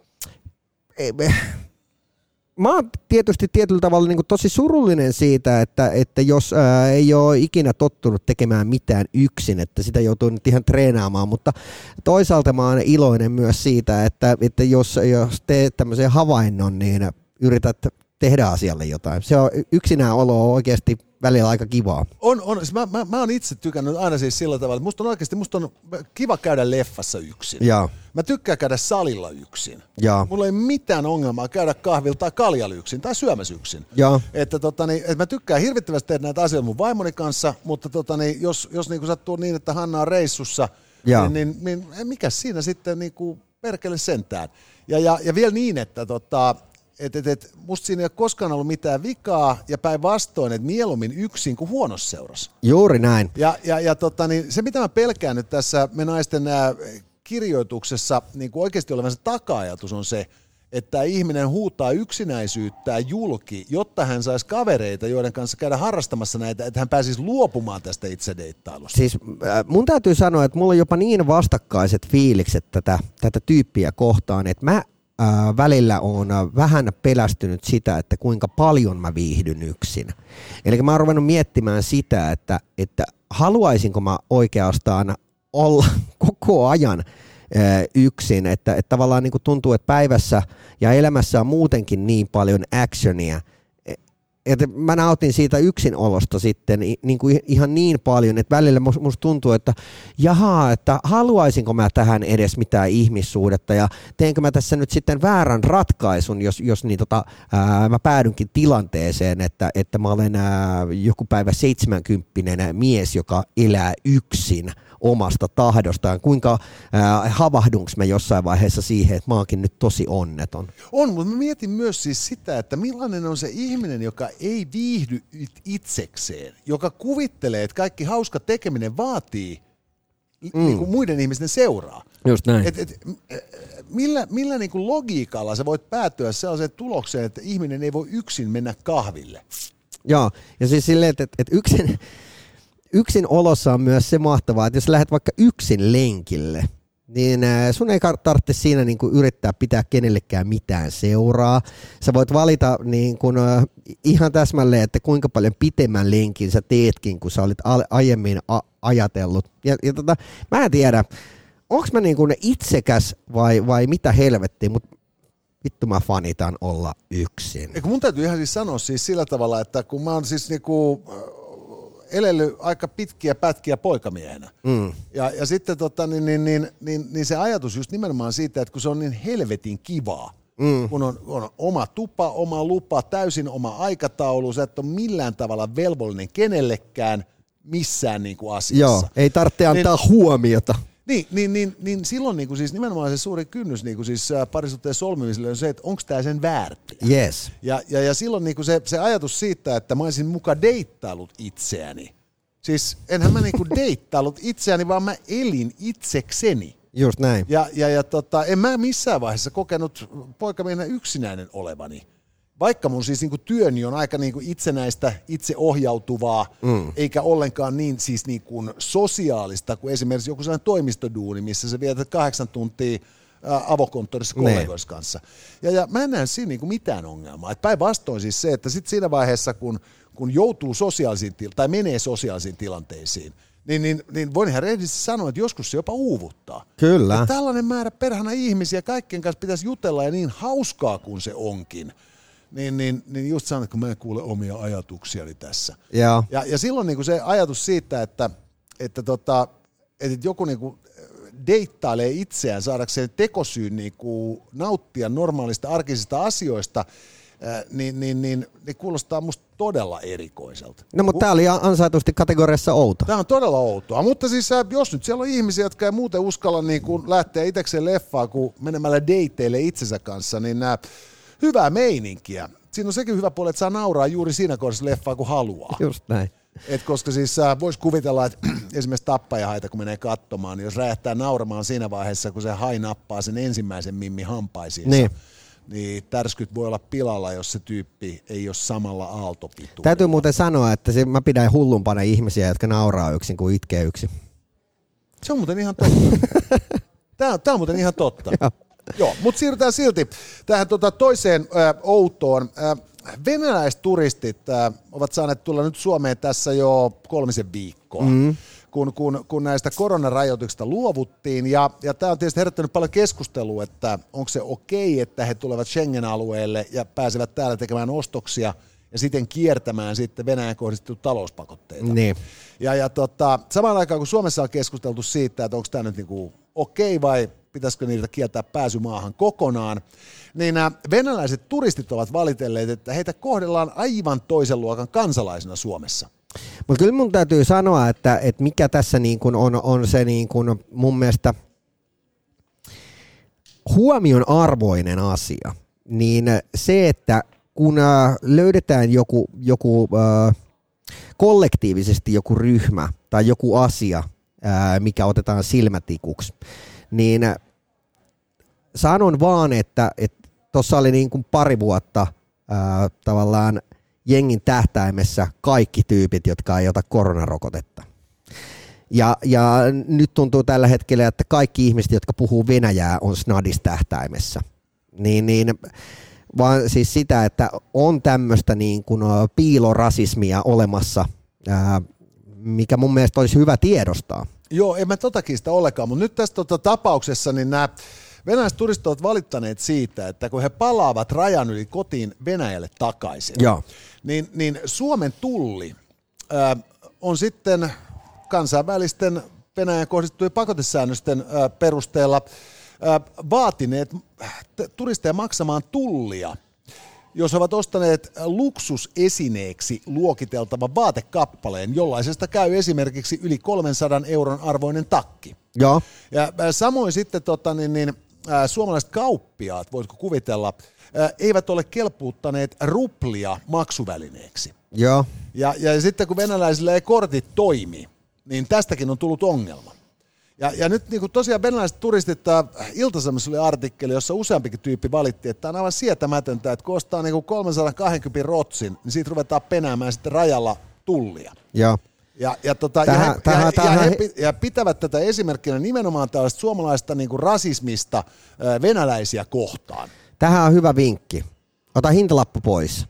Speaker 2: Mä oon tietysti tietyllä tavalla niin kuin tosi surullinen siitä, että, että jos ää, ei ole ikinä tottunut tekemään mitään yksin, että sitä joutuu nyt ihan treenaamaan, mutta toisaalta mä oon iloinen myös siitä, että, että jos, jos teet tämmöisen havainnon, niin yrität tehdä asialle jotain. Se on yksinään olo on oikeasti välillä aika kivaa. On, on.
Speaker 1: Mä, mä, mä oon itse tykännyt aina siis sillä tavalla, että musta on oikeasti musta on kiva käydä leffassa yksin.
Speaker 2: Ja.
Speaker 1: Mä tykkään käydä salilla yksin.
Speaker 2: Ja.
Speaker 1: Mulla ei mitään ongelmaa käydä kahvilla tai kaljalla yksin tai syömässä yksin.
Speaker 2: Ja.
Speaker 1: Että, totani, että mä tykkään hirvittävästi tehdä näitä asioita mun vaimoni kanssa, mutta totani, jos, jos niinku sattuu niin, että Hanna on reissussa, niin, niin, niin mikä siinä sitten niinku perkele sentään. Ja, ja, ja vielä niin, että tota, et, et, et, musta siinä ei ole koskaan ollut mitään vikaa ja päinvastoin, että mieluummin yksin kuin huonossa seurassa.
Speaker 2: Juuri näin.
Speaker 1: Ja, ja, ja tota, niin se, mitä mä pelkään nyt tässä me naisten ää, kirjoituksessa niin kuin oikeasti olevan se taka-ajatus on se, että ihminen huutaa yksinäisyyttään julki, jotta hän saisi kavereita, joiden kanssa käydä harrastamassa näitä, että hän pääsisi luopumaan tästä itsedeittailusta.
Speaker 2: Siis mun täytyy sanoa, että mulla on jopa niin vastakkaiset fiilikset tätä, tätä tyyppiä kohtaan, että mä ää, välillä on vähän pelästynyt sitä, että kuinka paljon mä viihdyn yksin. Eli mä oon ruvennut miettimään sitä, että, että haluaisinko mä oikeastaan olla koko ajan yksin, että, että tavallaan niin kuin tuntuu, että päivässä ja elämässä on muutenkin niin paljon actionia, että mä nautin siitä yksinolosta sitten niin kuin ihan niin paljon, että välillä musta tuntuu, että jaha, että haluaisinko mä tähän edes mitään ihmissuhdetta ja teenkö mä tässä nyt sitten väärän ratkaisun, jos, jos niin tota, ää, mä päädynkin tilanteeseen, että, että mä olen ää, joku päivä seitsemänkymppinen mies, joka elää yksin omasta tahdostaan. Kuinka äh, havahdunko mä jossain vaiheessa siihen, että mä oonkin nyt tosi onneton?
Speaker 1: On, mutta mä mietin myös siis sitä, että millainen on se ihminen, joka ei viihdy itsekseen, joka kuvittelee, että kaikki hauska tekeminen vaatii mm. niin kuin muiden ihmisten seuraa.
Speaker 2: Just näin.
Speaker 1: Et, et, millä millä niin kuin logiikalla sä voit päätyä sellaiseen tulokseen, että ihminen ei voi yksin mennä kahville?
Speaker 2: Joo, ja siis silleen, että, että yksin... Yksin olossa on myös se mahtavaa, että jos lähdet vaikka yksin lenkille, niin sun ei tarvitse siinä niin kuin yrittää pitää kenellekään mitään seuraa. Sä voit valita niin kuin ihan täsmälleen, että kuinka paljon pitemmän lenkin sä teetkin, kun sä olit aiemmin a- ajatellut. Ja, ja tota, mä en tiedä, onko mä niin kuin itsekäs vai, vai mitä helvettiä, mutta vittu mä fanitan olla yksin.
Speaker 1: Eikö mun täytyy ihan siis sanoa siis sillä tavalla, että kun mä oon siis niinku elellyt aika pitkiä pätkiä poikamiehenä. Mm. Ja, ja sitten tota, niin, niin, niin, niin, niin se ajatus just nimenomaan siitä, että kun se on niin helvetin kivaa, mm. kun on, on oma tupa, oma lupa, täysin oma aikataulu, sä et ole millään tavalla velvollinen kenellekään missään niin kuin asiassa.
Speaker 2: Joo, ei tarvitse antaa niin, huomiota.
Speaker 1: Niin, niin, niin, niin silloin niin kuin siis nimenomaan se suuri kynnys niin kuin siis parisuhteen solmimiselle on se, että onko tämä sen väärtiä.
Speaker 2: Yes.
Speaker 1: Ja, ja, ja silloin niin kuin se, se ajatus siitä, että mä olisin muka deittailut itseäni. Siis enhän mä niin kuin deittailut itseäni, vaan mä elin itsekseni.
Speaker 2: Just näin.
Speaker 1: Ja, ja, ja tota, en mä missään vaiheessa kokenut poikamiehenä yksinäinen olevani. Vaikka mun siis niinku työni on aika niinku itsenäistä, itseohjautuvaa, mm. eikä ollenkaan niin, siis niinku sosiaalista kuin esimerkiksi joku sellainen toimistoduuni, missä sä vietät kahdeksan tuntia avokonttorissa kollegoissa kanssa. Ja, ja mä en näe siinä niinku mitään ongelmaa. Päinvastoin siis se, että sit siinä vaiheessa, kun, kun joutuu sosiaalisiin til- tai menee sosiaalisiin tilanteisiin, niin, niin, niin voin ihan rehellisesti sanoa, että joskus se jopa uuvuttaa.
Speaker 2: Kyllä.
Speaker 1: Ja tällainen määrä perhana ihmisiä, kaikkien kanssa pitäisi jutella ja niin hauskaa kuin se onkin. Niin, niin, niin just sanon, että kun mä en kuule omia ajatuksiani tässä.
Speaker 2: Yeah.
Speaker 1: Ja, ja silloin niin kuin se ajatus siitä, että, että, tota, että joku niin kuin deittailee itseään saadakseen tekosyyn niin kuin nauttia normaalista arkisista asioista, niin, niin, niin, niin kuulostaa musta todella erikoiselta.
Speaker 2: No mutta tää oli ansaitusti kategoriassa outo.
Speaker 1: Tää on todella outoa, mutta siis jos nyt siellä on ihmisiä, jotka ei muuten uskalla niin kuin lähteä itsekseen leffaan, kun menemällä deitteille itsensä kanssa, niin nämä hyvää meininkiä. Siinä on sekin hyvä puoli, että saa nauraa juuri siinä kohdassa leffaa, kun haluaa.
Speaker 2: Just näin.
Speaker 1: Et koska siis äh, voisi kuvitella, että esimerkiksi tappajahaita, kun menee katsomaan, niin jos räjähtää nauramaan siinä vaiheessa, kun se hai nappaa sen ensimmäisen mimmi hampaisiinsa, niin, niin tärskyt voi olla pilalla, jos se tyyppi ei ole samalla aaltopituudella.
Speaker 2: Täytyy muuten sanoa, että se, mä pidän hullumpana ihmisiä, jotka nauraa yksin kuin itkee yksin.
Speaker 1: Se on muuten ihan totta. Tämä, tämä on muuten ihan totta. Joo, mutta siirrytään silti tähän tuota toiseen ö, outoon. Ö, venäläisturistit ö, ovat saaneet tulla nyt Suomeen tässä jo kolmisen viikkoa, mm. kun, kun, kun näistä koronarajoituksista luovuttiin. Ja, ja tämä on tietysti herättänyt paljon keskustelua, että onko se okei, että he tulevat Schengen-alueelle ja pääsevät täällä tekemään ostoksia ja siten kiertämään sitten Venäjän kohdistettuja talouspakotteita.
Speaker 2: Niin.
Speaker 1: Ja, ja tota, samaan aikaan kun Suomessa on keskusteltu siitä, että onko tämä nyt niinku okei vai pitäisikö niitä kieltää pääsy maahan kokonaan, niin nämä venäläiset turistit ovat valitelleet, että heitä kohdellaan aivan toisen luokan kansalaisina Suomessa.
Speaker 2: Mutta kyllä mun täytyy sanoa, että, että mikä tässä niin kuin on, on se niin kuin mun mielestä huomion arvoinen asia, niin se, että kun löydetään joku, joku äh, kollektiivisesti joku ryhmä tai joku asia, äh, mikä otetaan silmätikuksi, niin sanon vaan, että tuossa oli niin kuin pari vuotta ää, tavallaan jengin tähtäimessä kaikki tyypit, jotka ei ota koronarokotetta. Ja, ja nyt tuntuu tällä hetkellä, että kaikki ihmiset, jotka puhuu venäjää, on snadistähtäimessä. Niin, niin, vaan siis sitä, että on tämmöistä niin kuin piilorasismia olemassa, ää, mikä mun mielestä olisi hyvä tiedostaa.
Speaker 1: Joo, en mä totakin sitä ollenkaan, mutta nyt tässä tota tapauksessa niin nämä venäläiset turistit ovat valittaneet siitä, että kun he palaavat rajan yli kotiin Venäjälle takaisin,
Speaker 2: Joo.
Speaker 1: Niin, niin Suomen tulli ää, on sitten kansainvälisten Venäjän kohdistettujen pakotesäännösten ää, perusteella ää, vaatineet turisteja maksamaan tullia, jos ovat ostaneet luksusesineeksi luokiteltavan vaatekappaleen, jollaisesta käy esimerkiksi yli kolmensadan euron arvoinen takki.
Speaker 2: Joo.
Speaker 1: Ja samoin sitten tota, niin, niin, ä, suomalaiset kauppiaat, voitko kuvitella, ä, eivät ole kelpuuttaneet ruplia maksuvälineeksi.
Speaker 2: Joo.
Speaker 1: Ja, ja sitten kun venäläisillä ei kortit toimi, niin tästäkin on tullut ongelma. Ja, ja nyt niin kuin tosiaan venäläiset turistit, Ilta-Sanomissa oli artikkeli, jossa useampikin tyyppi valitti, että tämä on aivan sietämätöntä, että kun ostaa niin kuin kolmesataakaksikymmentä rotsin, niin siitä ruvetaan penäämään sitten rajalla tullia.
Speaker 2: Joo.
Speaker 1: Ja, ja, tota,
Speaker 2: tähän,
Speaker 1: ja, he,
Speaker 2: tähän,
Speaker 1: ja,
Speaker 2: tähän,
Speaker 1: ja, he, ja pitävät tätä esimerkkinä nimenomaan tällaista suomalaista niin kuin rasismista ää, venäläisiä kohtaan.
Speaker 2: Tähän on hyvä vinkki. Ota hintalappu pois.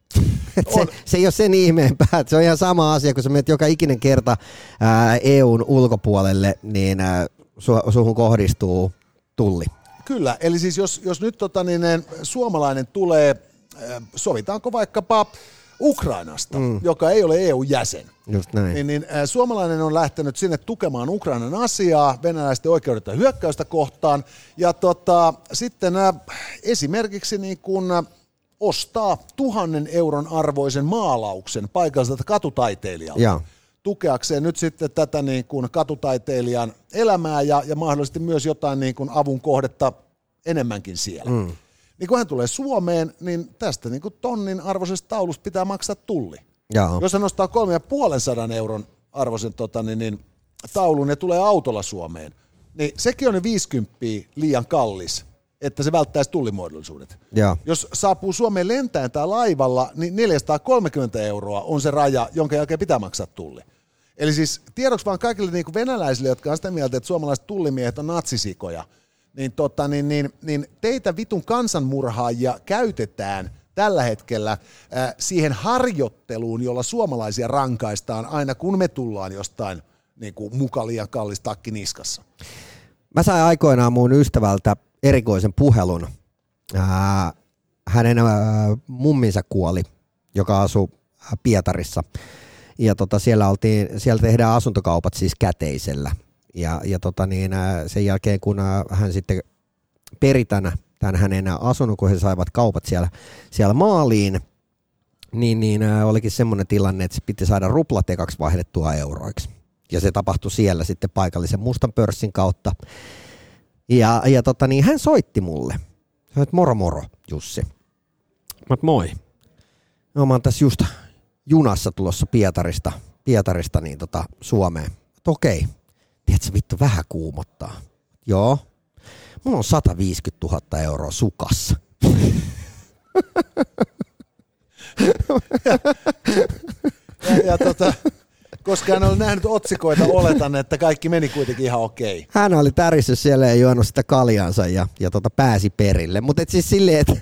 Speaker 2: Se, se ei ole sen ihmeempää. Se on ihan sama asia, kun sä menet joka ikinen kerta ää, E U:n ulkopuolelle, niin ää, su, suhun kohdistuu tulli.
Speaker 1: Kyllä, eli siis jos, jos nyt tota, niin, suomalainen tulee, sovitaanko vaikkapa Ukrainasta, mm. joka ei ole E U-jäsen,
Speaker 2: just näin.
Speaker 1: Niin, niin ä, suomalainen on lähtenyt sinne tukemaan Ukrainan asiaa, venäläisten oikeudetta hyökkäystä kohtaan, ja tota, sitten ä, esimerkiksi niin kun, ä, ostaa tuhannen euron arvoisen maalauksen paikalliselta katutaiteilijalta. Ja. Tukeakseen nyt sitten tätä niin kuin katutaiteilijan elämää ja, ja mahdollisesti myös jotain niin kuin avun kohdetta enemmänkin siellä. Mm. Niin kun hän tulee Suomeen, niin tästä niin kuin tonnin arvoisesta taulusta pitää maksaa tulli. Ja. Jos hän nostaa kolme ja puolen sadan euron arvoisen tota, niin, niin, taulun ja tulee autolla Suomeen, niin sekin on jo viisikymmentä liian kallis, että se välttäisi tullimuodollisuudet. Ja. Jos saapuu Suomeen lentäen tai laivalla, niin neljäsataakolmekymmentä euroa on se raja, jonka jälkeen pitää maksaa tulli. Eli siis tiedoksi vaan kaikille niin kuin venäläisille, jotka on sitä mieltä, että suomalaiset tullimiehet on natsisikoja, niin, tota, niin, niin, niin teitä vitun kansanmurhaajia käytetään tällä hetkellä äh, siihen harjoitteluun, jolla suomalaisia rankaistaan aina kun me tullaan jostain niin kuin muka liian kallis takki niskassa.
Speaker 2: Mä sain aikoinaan mun ystävältä erikoisen puhelun. Ää, hänen ää, mumminsa kuoli, joka asui Pietarissa. Ja tota, siellä, oltiin, siellä tehdään asuntokaupat siis käteisellä. Ja, ja tota niin, ää, sen jälkeen, kun ää, hän sitten peri tämän, tämän hänen asunnon, kun he saivat kaupat siellä, siellä maaliin, niin, niin ää, olikin semmoinen tilanne, että se piti saada ruplat ekaksi vaihdettua euroiksi. Ja se tapahtui siellä sitten paikallisen mustan pörssin kautta. Ja, ja tota niin, hän soitti mulle. Hän sanoi, että moro moro, Jussi. Mä moi. No, mä oon tässä just junassa tulossa Pietarista, Pietarista niin tota, Suomeen. Mutta okei, tiedätkö vittu vähän kuumottaa. Joo. Mulla on sata viisikymmentätuhatta euroa sukassa.
Speaker 1: ja, ja, ja tota, koska hän oli nähnyt otsikoita, oletan, että kaikki meni kuitenkin ihan okei.
Speaker 2: Hän oli tärissyt siellä ja juonut sitä kaljansa ja, ja tota, pääsi perille. Mutta siis silleen, että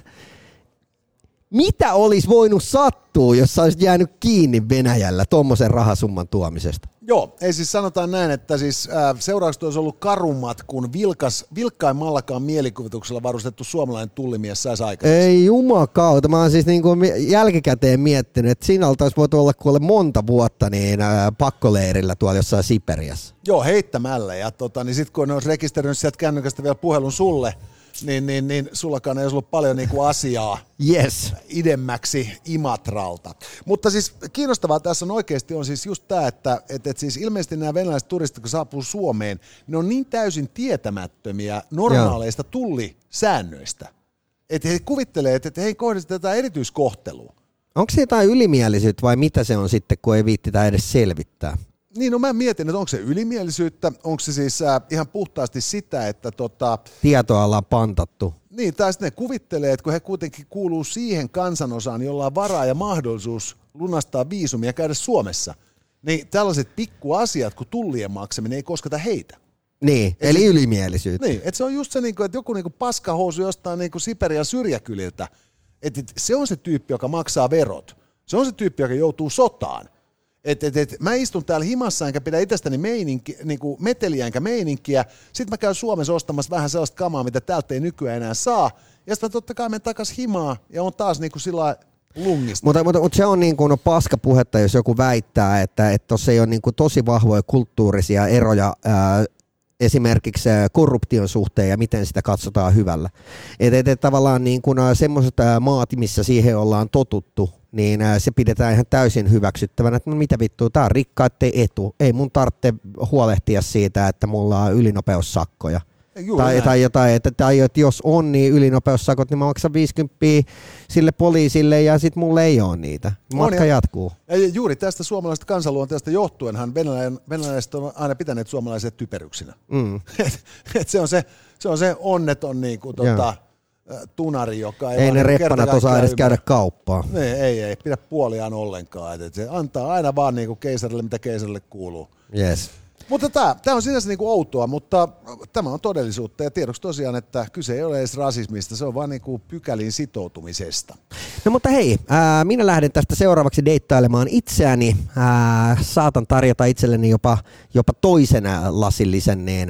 Speaker 2: mitä olisi voinut sattua, jos sä olisit jäänyt kiinni Venäjällä tommosen rahasumman tuomisesta?
Speaker 1: Joo, ei siis sanotaan näin, että siis äh, seuraukset olisi ollut karummat, kun vilkas, vilkkaimmallakaan mielikuvituksella varustettu suomalainen tullimies saisi aikaiseksi.
Speaker 2: Ei jumakauta, mä oon siis niinku jälkikäteen miettinyt, että siinä oltaisiin voitu olla kuule monta vuotta niin äh, pakkoleirillä tuolla jossain Siperiassa.
Speaker 1: Joo, heittämällä, ja tota, niin sitten kun ne olisi rekisteröinyt sieltä kännykästä vielä puhelun sulle, niin, niin, niin sullakaan ei olisi ollut paljon niin kuin asiaa
Speaker 2: yes.
Speaker 1: idemmäksi Imatralta. Mutta siis kiinnostavaa tässä on oikeasti on siis just tämä, että, että, että siis ilmeisesti nämä venäläiset turistit, kun saapuu Suomeen, ne on niin täysin tietämättömiä normaaleista Joo. tullisäännöistä, että he kuvittelee, että he kohdistetaan erityiskohtelua.
Speaker 2: Onko se jotain ylimielisyyttä vai mitä se on sitten, kun ei viittitä edes selvittää?
Speaker 1: Niin, no mä mietin, että onko se ylimielisyyttä, onko se siis äh, ihan puhtaasti sitä, että tota...
Speaker 2: tietoa ollaan pantattu.
Speaker 1: Niin, tai sitten ne kuvittelee, että kun he kuitenkin kuuluu siihen kansanosaan, jolla on varaa ja mahdollisuus lunastaa viisumia ja käydä Suomessa, niin tällaiset pikkuasiat kuin tullien maksaminen ei kosketa heitä.
Speaker 2: Niin, et eli
Speaker 1: se,
Speaker 2: ylimielisyyttä.
Speaker 1: Niin, että se on just se, että joku paskahousu jostain Siperian syrjäkyliltä, että se on se tyyppi, joka maksaa verot. Se on se tyyppi, joka joutuu sotaan. Et, et, et, mä istun täällä himassa enkä pidä itsestäni meininki, niinku meteliä enkä meininkiä. Sitten mä käyn Suomessa ostamassa vähän sellaista kamaa, mitä täältä ei nykyään enää saa. Ja sitten totta kai menen takaisin himaa ja on taas niinku sillä lungista.
Speaker 2: Mutta, mutta, mutta se on niin kuin no paskapuhetta, jos joku väittää, että tuossa ei ole niin kuin tosi vahvoja kulttuurisia eroja ää, esimerkiksi korruption suhteen ja miten sitä katsotaan hyvällä. Että et, et, tavallaan niin kuin semmoiset maat, missä siihen ollaan totuttu, niin se pidetään ihan täysin hyväksyttävänä, että no mitä vittua, tää on rikkaiden etu. Ei mun tarvitse huolehtia siitä, että mulla on ylinopeussakkoja. Tai, tai jotain, että, tai, että jos on niin ylinopeussakot, niin mä maksan viisikymmentä sille poliisille ja sit mulla ei ole niitä. Matka on, jatkuu.
Speaker 1: Ja juuri tästä suomalaisesta kansanluonteesta johtuenhan venäläiset on aina pitäneet suomalaiset typeryksinä. Mm. et, et se, on se, se on se onneton niin kuin, tota, tunari, joka ei,
Speaker 2: ei ne reppanat osaa edes käydä kauppaa.
Speaker 1: Ei, ei, ei pidä puoliaan ollenkaan. Et se antaa aina vaan niin kuin keisarille, mitä keisarille kuuluu.
Speaker 2: Yes.
Speaker 1: Mutta tämä, tämä on sinänsä niin kuin outoa, mutta tämä on todellisuutta ja tiedoksi tosiaan, että kyse ei ole edes rasismista, se on vaan niin kuin pykäliin sitoutumisesta.
Speaker 2: No mutta hei, ää, minä lähden tästä seuraavaksi deittailemaan itseäni, ää, saatan tarjota itselleni jopa, jopa toisen lasillisen niin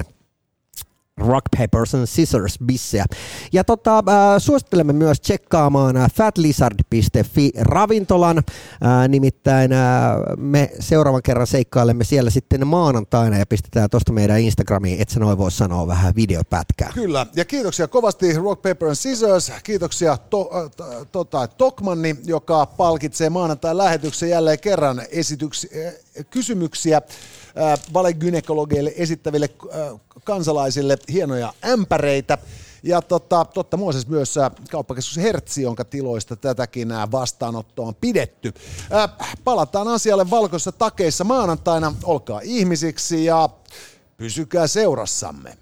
Speaker 2: Rock, Papers and Scissors -bisseä. Ja tota, äh, suosittelemme myös tsekkaamaan äh, fatlizard piste fi ravintolan. Äh, nimittäin äh, me seuraavan kerran seikkailemme siellä sitten maanantaina ja pistetään tuosta meidän Instagramiin, et sä noin voi sanoa vähän videopätkää.
Speaker 1: Kyllä, ja kiitoksia kovasti Rock, Paper and Scissors. Kiitoksia to, äh, tota, Tokmanni, joka palkitsee maanantain lähetyksen jälleen kerran esityksi, äh, kysymyksiä äh, valegynekologeille esittäville äh, kansalaisille hienoja ämpäreitä. Ja totta, totta muoses myös kauppakeskus Hertzi, jonka tiloista tätäkin vastaanottoa on pidetty. Ää, palataan asialle valkoisissa takeissa maanantaina. Olkaa ihmisiksi ja pysykää seurassamme.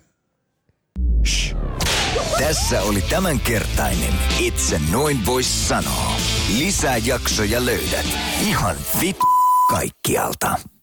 Speaker 3: Shh. Tässä oli tämänkertainen Itse noin vois sanoa. Lisää jaksoja löydät ihan fit kaikkialta.